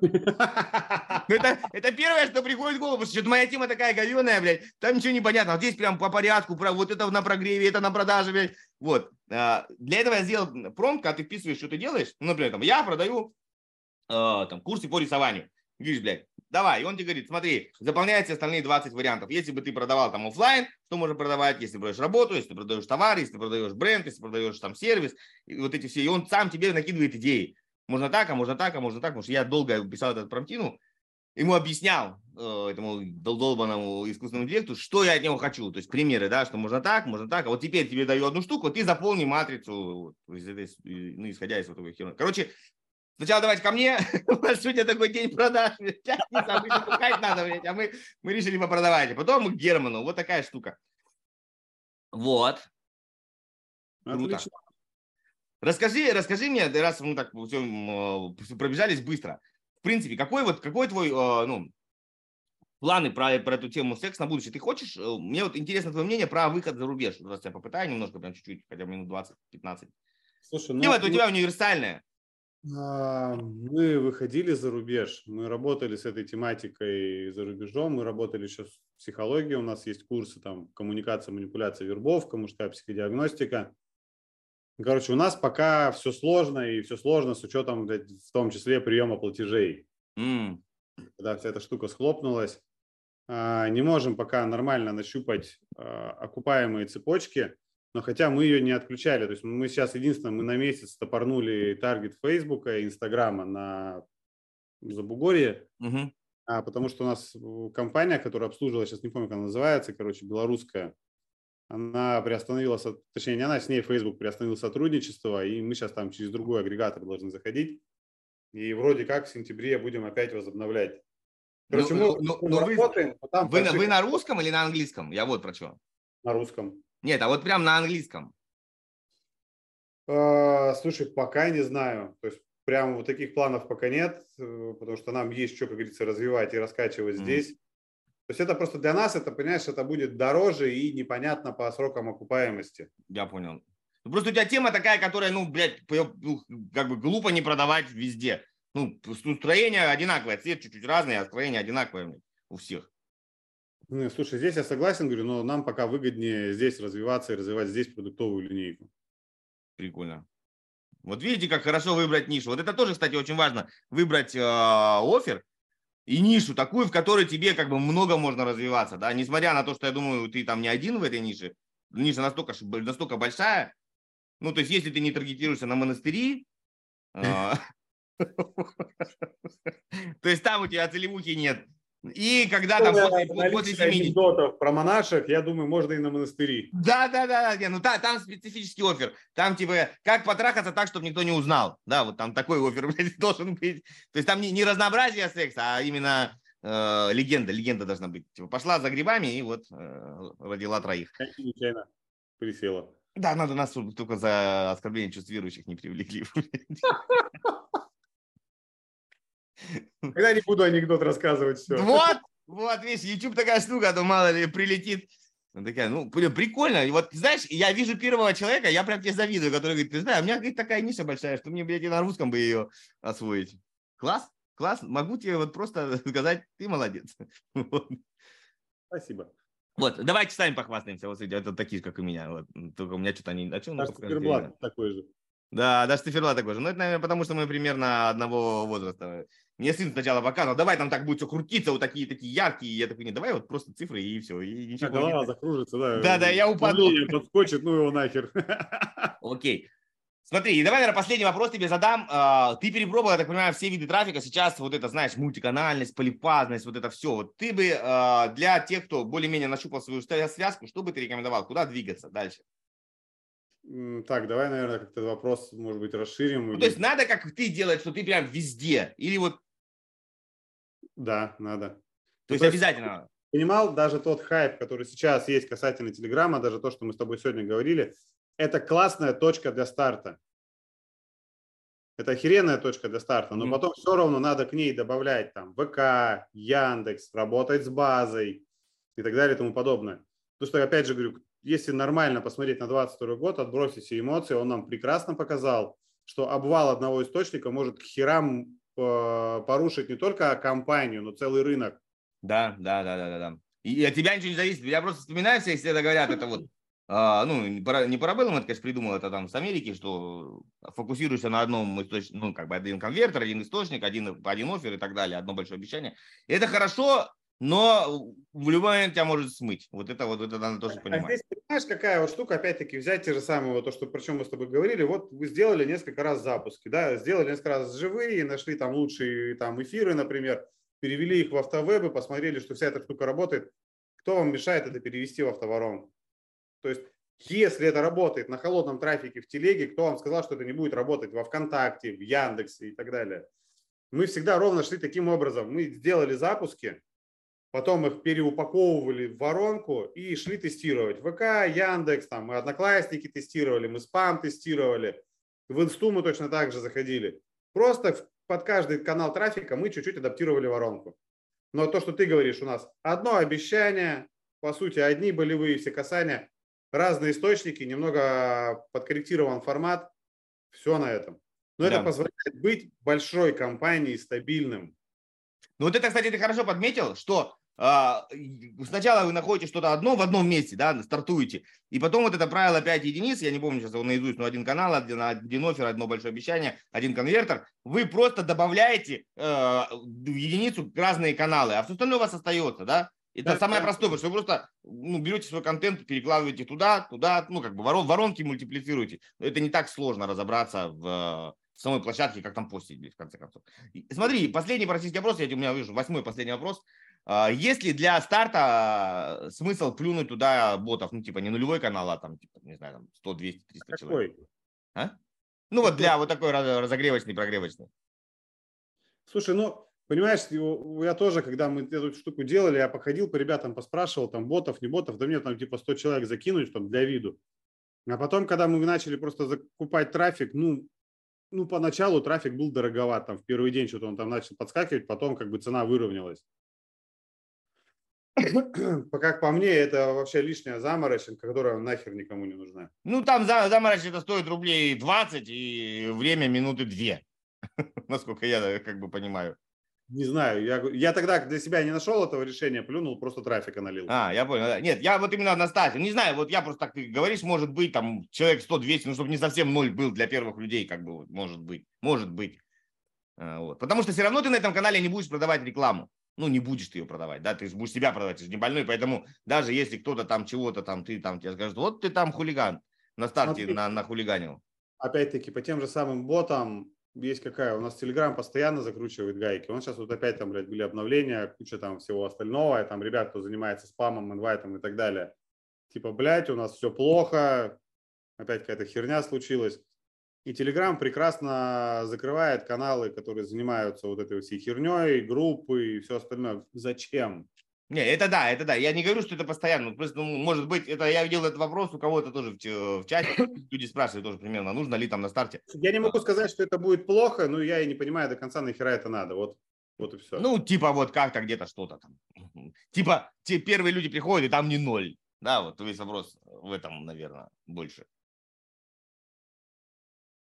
A: это, это первое, что приходит в голову, потому что моя тема такая говеная, блядь, там ничего не понятно. Вот здесь прям по порядку, про, вот это на прогреве, это на продаже, блядь. Вот. Для этого я сделал промпт, когда ты вписываешь, что ты делаешь. Ну, например, там, я продаю там, курсы по рисованию. Видишь, блядь, давай. И он тебе говорит, смотри, заполняйте остальные двадцать вариантов. Если бы ты продавал там офлайн, что можно продавать, если продаешь работу, если ты продаешь товар, если ты продаешь бренд, если продаешь там сервис, и вот эти все. И он сам тебе накидывает идеи. Можно так, а можно так, а можно так. Потому что я долго писал этот промптину, ему объяснял, э, этому долбанному искусственному интеллекту, что я от него хочу. То есть примеры, да, что можно так, можно так. А вот теперь тебе даю одну штуку, ты заполни матрицу, вот, из этой, ну, исходя из вот такой херни. Короче, сначала давайте ко мне, у нас сегодня такой день продаж, пятница, обычно пускать надо, блядь, а мы, мы решили попродавать. Потом мы к Герману, вот такая штука. Вот. Круто. Отлично. Расскажи, расскажи мне, раз мы так все, пробежались быстро, в принципе, какой вот, какой твой, ну, планы про, про эту тему секс на будущее? Ты хочешь, мне вот интересно твое мнение про выход за рубеж. Раз я попытаю немножко, прям чуть-чуть, хотя бы минут двадцать-пятнадцать. Слушай, ну... Тема у тебя универсальная.
B: Мы выходили за рубеж, мы работали с этой тематикой за рубежом, мы работали сейчас в психологии, у нас есть курсы там коммуникация, манипуляция, вербовка, мужская психодиагностика. Короче, у нас пока все сложно, и все сложно с учетом в том числе приема платежей. Mm. Когда вся эта штука схлопнулась, не можем пока нормально нащупать окупаемые цепочки. Но хотя мы ее не отключали, то есть мы сейчас единственное, мы на месяц топорнули таргет Фейсбука и Инстаграма на Забугорье, угу. а, потому что у нас компания, которая обслуживала, сейчас не помню, как она называется, короче, белорусская, она приостановила, точнее не она, с ней Facebook приостановил сотрудничество, и мы сейчас там через другой агрегатор должны заходить, и вроде как в сентябре будем опять возобновлять. Короче,
A: ну,
B: мы,
A: ну, мы работаем. Вы, там вы, вы на русском или на английском? Я вот про что.
B: На русском.
A: Нет, а вот прям на английском.
B: А, слушай, пока не знаю. То есть прямо вот таких планов пока нет, потому что нам есть что, как говорится, развивать и раскачивать mm. здесь. То есть это просто для нас, это, понимаешь, это будет дороже и непонятно по срокам окупаемости.
A: Я понял. Просто у тебя тема такая, которая, ну, блядь, ну, как бы глупо не продавать везде. Ну, строение одинаковое, цвет чуть-чуть разный, а строение одинаковое у всех.
B: Ну, слушай, здесь я согласен, говорю, но нам пока выгоднее здесь развиваться и развивать здесь продуктовую линейку.
A: Прикольно. Вот видите, как хорошо выбрать нишу. Вот это тоже, кстати, очень важно. Выбрать э, оффер и нишу такую, в которой тебе как бы много можно развиваться. Да? Несмотря на то, что я думаю, ты там не один в этой нише. Ниша настолько, настолько большая. Ну, то есть, если ты не таргетируешься на монастыри, то есть там у тебя целевухи нет. И когда там
B: после, после семидесяти анекдотов про монашек, я думаю, можно и на монастыри.
A: Да, да, да, да. Ну да, там специфический оффер. Там типа как потрахаться так, чтобы никто не узнал. Да, вот там такой оффер, блядь, должен быть. То есть там не, не разнообразие секса, а именно э, легенда. Легенда должна быть. Типа пошла за грибами и вот э, родила троих.
B: Нечаянно присела.
A: Да, надо нас только за оскорбление чувств верующих не привлекли.
B: Когда не буду анекдот рассказывать, все.
A: Вот, вот, видишь, YouTube такая штука, а то мало ли прилетит. Она такая, ну, прикольно. И вот, знаешь, я вижу первого человека, я прям тебе завидую, который говорит, ты знаешь, у меня говорит, такая ниша большая, что мне, блядь, и на русском бы ее освоить. Класс? класс. Могу тебе вот просто сказать, ты молодец.
B: Спасибо.
A: Вот, давайте сами похвастаемся. Вот это такие, как у меня. Вот. Только у меня что-то они... А что, ну,
B: Даже циферблат такой же.
A: Да, даже циферблат такой же. Ну, это, наверное, потому что мы примерно одного возраста. Мне сын сначала показывал, давай там так будет все крутиться, вот такие такие яркие. И я такой, не, давай вот просто цифры и все. И ничего.
B: А голова закружится, да.
A: Да, да, я упаду.
B: Подскочит, ну его нахер.
A: Окей. Смотри, давай, наверное, последний вопрос тебе задам. Ты перепробовал, я так понимаю, все виды трафика. Сейчас вот это, знаешь, мультиканальность, полифазность, вот это все. Вот ты бы для тех, кто более-менее нащупал свою связку, что бы ты рекомендовал? Куда двигаться дальше?
B: Так, давай, наверное, как-то вопрос, может быть, расширим.
A: Ну,
B: или...
A: То есть надо, как ты делаешь, что ты прям везде? Или вот...
B: Да, надо.
A: То
B: ну,
A: есть
B: то
A: обязательно надо?
B: Понимал, даже тот хайп, который сейчас есть касательно Телеграма, даже то, что мы с тобой сегодня говорили, это классная точка для старта. Это охеренная точка для старта, но mm-hmm. потом все равно надо к ней добавлять там ВК, Яндекс, работать с базой и так далее и тому подобное. Потому что, опять же говорю, если нормально посмотреть на двадцать второй год, отбросить все эмоции, он нам прекрасно показал, что обвал одного источника может к херам порушить не только компанию, но целый рынок.
A: Да, да, да, да, да. И от тебя ничего не зависит. Я просто вспоминаю, все всегда говорят, это вот, а, ну, не Парабеллум, это, конечно, придумал, это там с Америки, что фокусируешься на одном источнике, ну, как бы один конвертер, один источник, один, один оффер и так далее, одно большое обещание. И это хорошо, но в любой момент тебя может смыть. Вот это вот это надо тоже понимать.
B: А здесь, понимаешь, какая вот штука, опять-таки, взять те же самые, вот то, что, про чем мы с тобой говорили, вот вы сделали несколько раз запуски, да, сделали несколько раз живые, нашли там лучшие там эфиры, например, перевели их в автовебы, посмотрели, что вся эта штука работает. Кто вам мешает это перевести в автоворонку? То есть, если это работает на холодном трафике в телеге, кто вам сказал, что это не будет работать во ВКонтакте, в Яндексе и так далее? Мы всегда ровно шли таким образом. Мы сделали запуски, потом их переупаковывали в воронку и шли тестировать. ВК, Яндекс, там, мы Одноклассники тестировали, мы спам тестировали. В Инсту мы точно так же заходили. Просто под каждый канал трафика мы чуть-чуть адаптировали воронку. Но то, что ты говоришь, у нас одно обещание, по сути, одни болевые все касания, разные источники, немного подкорректирован формат, все на этом. Но да. Это позволяет быть большой компанией, стабильным.
A: Ну вот это, кстати, ты хорошо подметил, что а, сначала вы находите что-то одно в одном месте, да, стартуете, и потом вот это правило пять единиц, я не помню сейчас его наизусть, но один канал, один, один оффер, одно большое обещание, один конвертер, вы просто добавляете э, в единицу разные каналы, а все остальное у вас остается, да. Это да, самое да. простое, потому что вы просто ну, берете свой контент, перекладываете туда, туда, ну как бы ворон, воронки мультиплицируете. Это не так сложно разобраться в, в самой площадке, как там постить, в конце концов. Смотри, последний практический вопрос, я у меня вижу, восьмой последний вопрос. Есть ли для старта смысл плюнуть туда ботов, ну типа не нулевой канал, а там, типа, не знаю, там сто, двести, триста а человек? А? Ну вот для вот такой разогревочный, прогревочный.
B: Слушай, ну... Понимаешь, я тоже, когда мы эту штуку делали, я походил по ребятам, поспрашивал, там, ботов, не ботов, да мне там типа сто человек закинуть там для виду. А потом, когда мы начали просто закупать трафик, ну, ну, поначалу трафик был дороговат, там, в первый день что-то он там начал подскакивать, потом как бы цена выровнялась. Как по мне, это вообще лишняя заморочка, которая нахер никому не нужна.
A: Ну, там заморочка это стоит рублей двадцать и время минуты две, насколько я как бы понимаю.
B: Не знаю, я, я тогда для себя не нашел этого решения, плюнул, просто трафика налил.
A: А, я понял. Нет, я вот именно на старте. Не знаю, вот я просто так ты говоришь, может быть, там человек сто-двести, ну, чтобы не совсем ноль был для первых людей, как бы, вот, может быть, может быть. А, вот. Потому что все равно ты на этом канале не будешь продавать рекламу. Ну, не будешь ты ее продавать, да, ты будешь себя продавать, ты же не больной, поэтому даже если кто-то там чего-то там, ты там тебе скажет, вот ты там хулиган, на старте Смотри, на, на хулиганил.
B: Опять-таки, по тем же самым ботам, есть какая, у нас Telegram постоянно закручивает гайки, он сейчас вот опять там, блядь, были обновления, куча там всего остального, и там ребят, кто занимается спамом, инвайтом и так далее, типа, блядь, у нас все плохо, опять какая-то херня случилась, и Telegram прекрасно закрывает каналы, которые занимаются вот этой всей херней, группы и все остальное. Зачем?
A: Не, это да, это да. Я не говорю, что это постоянно. Просто, ну, может быть, это я видел этот вопрос у кого-то тоже в, в чате. Люди спрашивают тоже примерно, нужно ли там на старте.
B: Я не могу сказать, что это будет плохо, но я и не понимаю до конца, нахера это надо. Вот, вот и все.
A: Ну, типа вот как-то где-то что-то там. Типа те первые люди приходят, и там не ноль. Да, вот весь вопрос в этом, наверное, больше.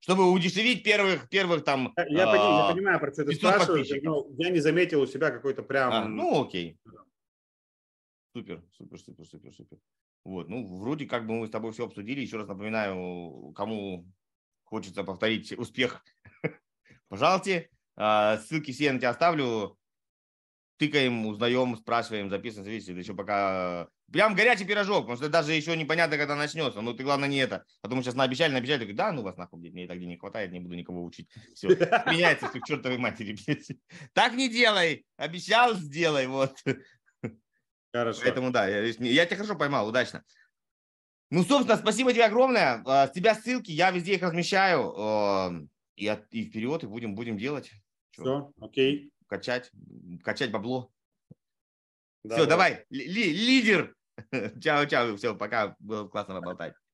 A: чтобы удешевить первых, первых там...
B: Я,
A: а,
B: понимаю, я понимаю, про что ты спрашиваешь, но я не заметил у себя какой-то прям...
A: А, ну, окей. Супер, супер, супер, супер, супер. Вот, ну, вроде как бы мы с тобой все обсудили. Еще раз напоминаю, кому хочется повторить успех, пожалуйста. Ссылки все я на тебя оставлю. Тыкаем, узнаем, спрашиваем, записываем, видите, еще пока... Прям горячий пирожок, потому что даже еще непонятно, когда начнется. Ну, ты, главное, не это. Потом сейчас наобещали, наобещали, такой, да, ну вас нахуй, блядь, мне и так денег хватает, не буду никого учить. Все, меняется все к чертовой матери, блядь. Так не делай, обещал, сделай, вот.
B: Хорошо.
A: Поэтому, да, я, я тебя хорошо поймал, удачно. Ну, собственно, спасибо тебе огромное. С тебя ссылки, я везде их размещаю. И, от, и вперед, и будем, будем делать.
B: Все, окей.
A: Качать, качать бабло.
B: Да,
A: все,
B: давай,
A: давай, ли, лидер. Чао, чао, все, пока, было классно поболтать.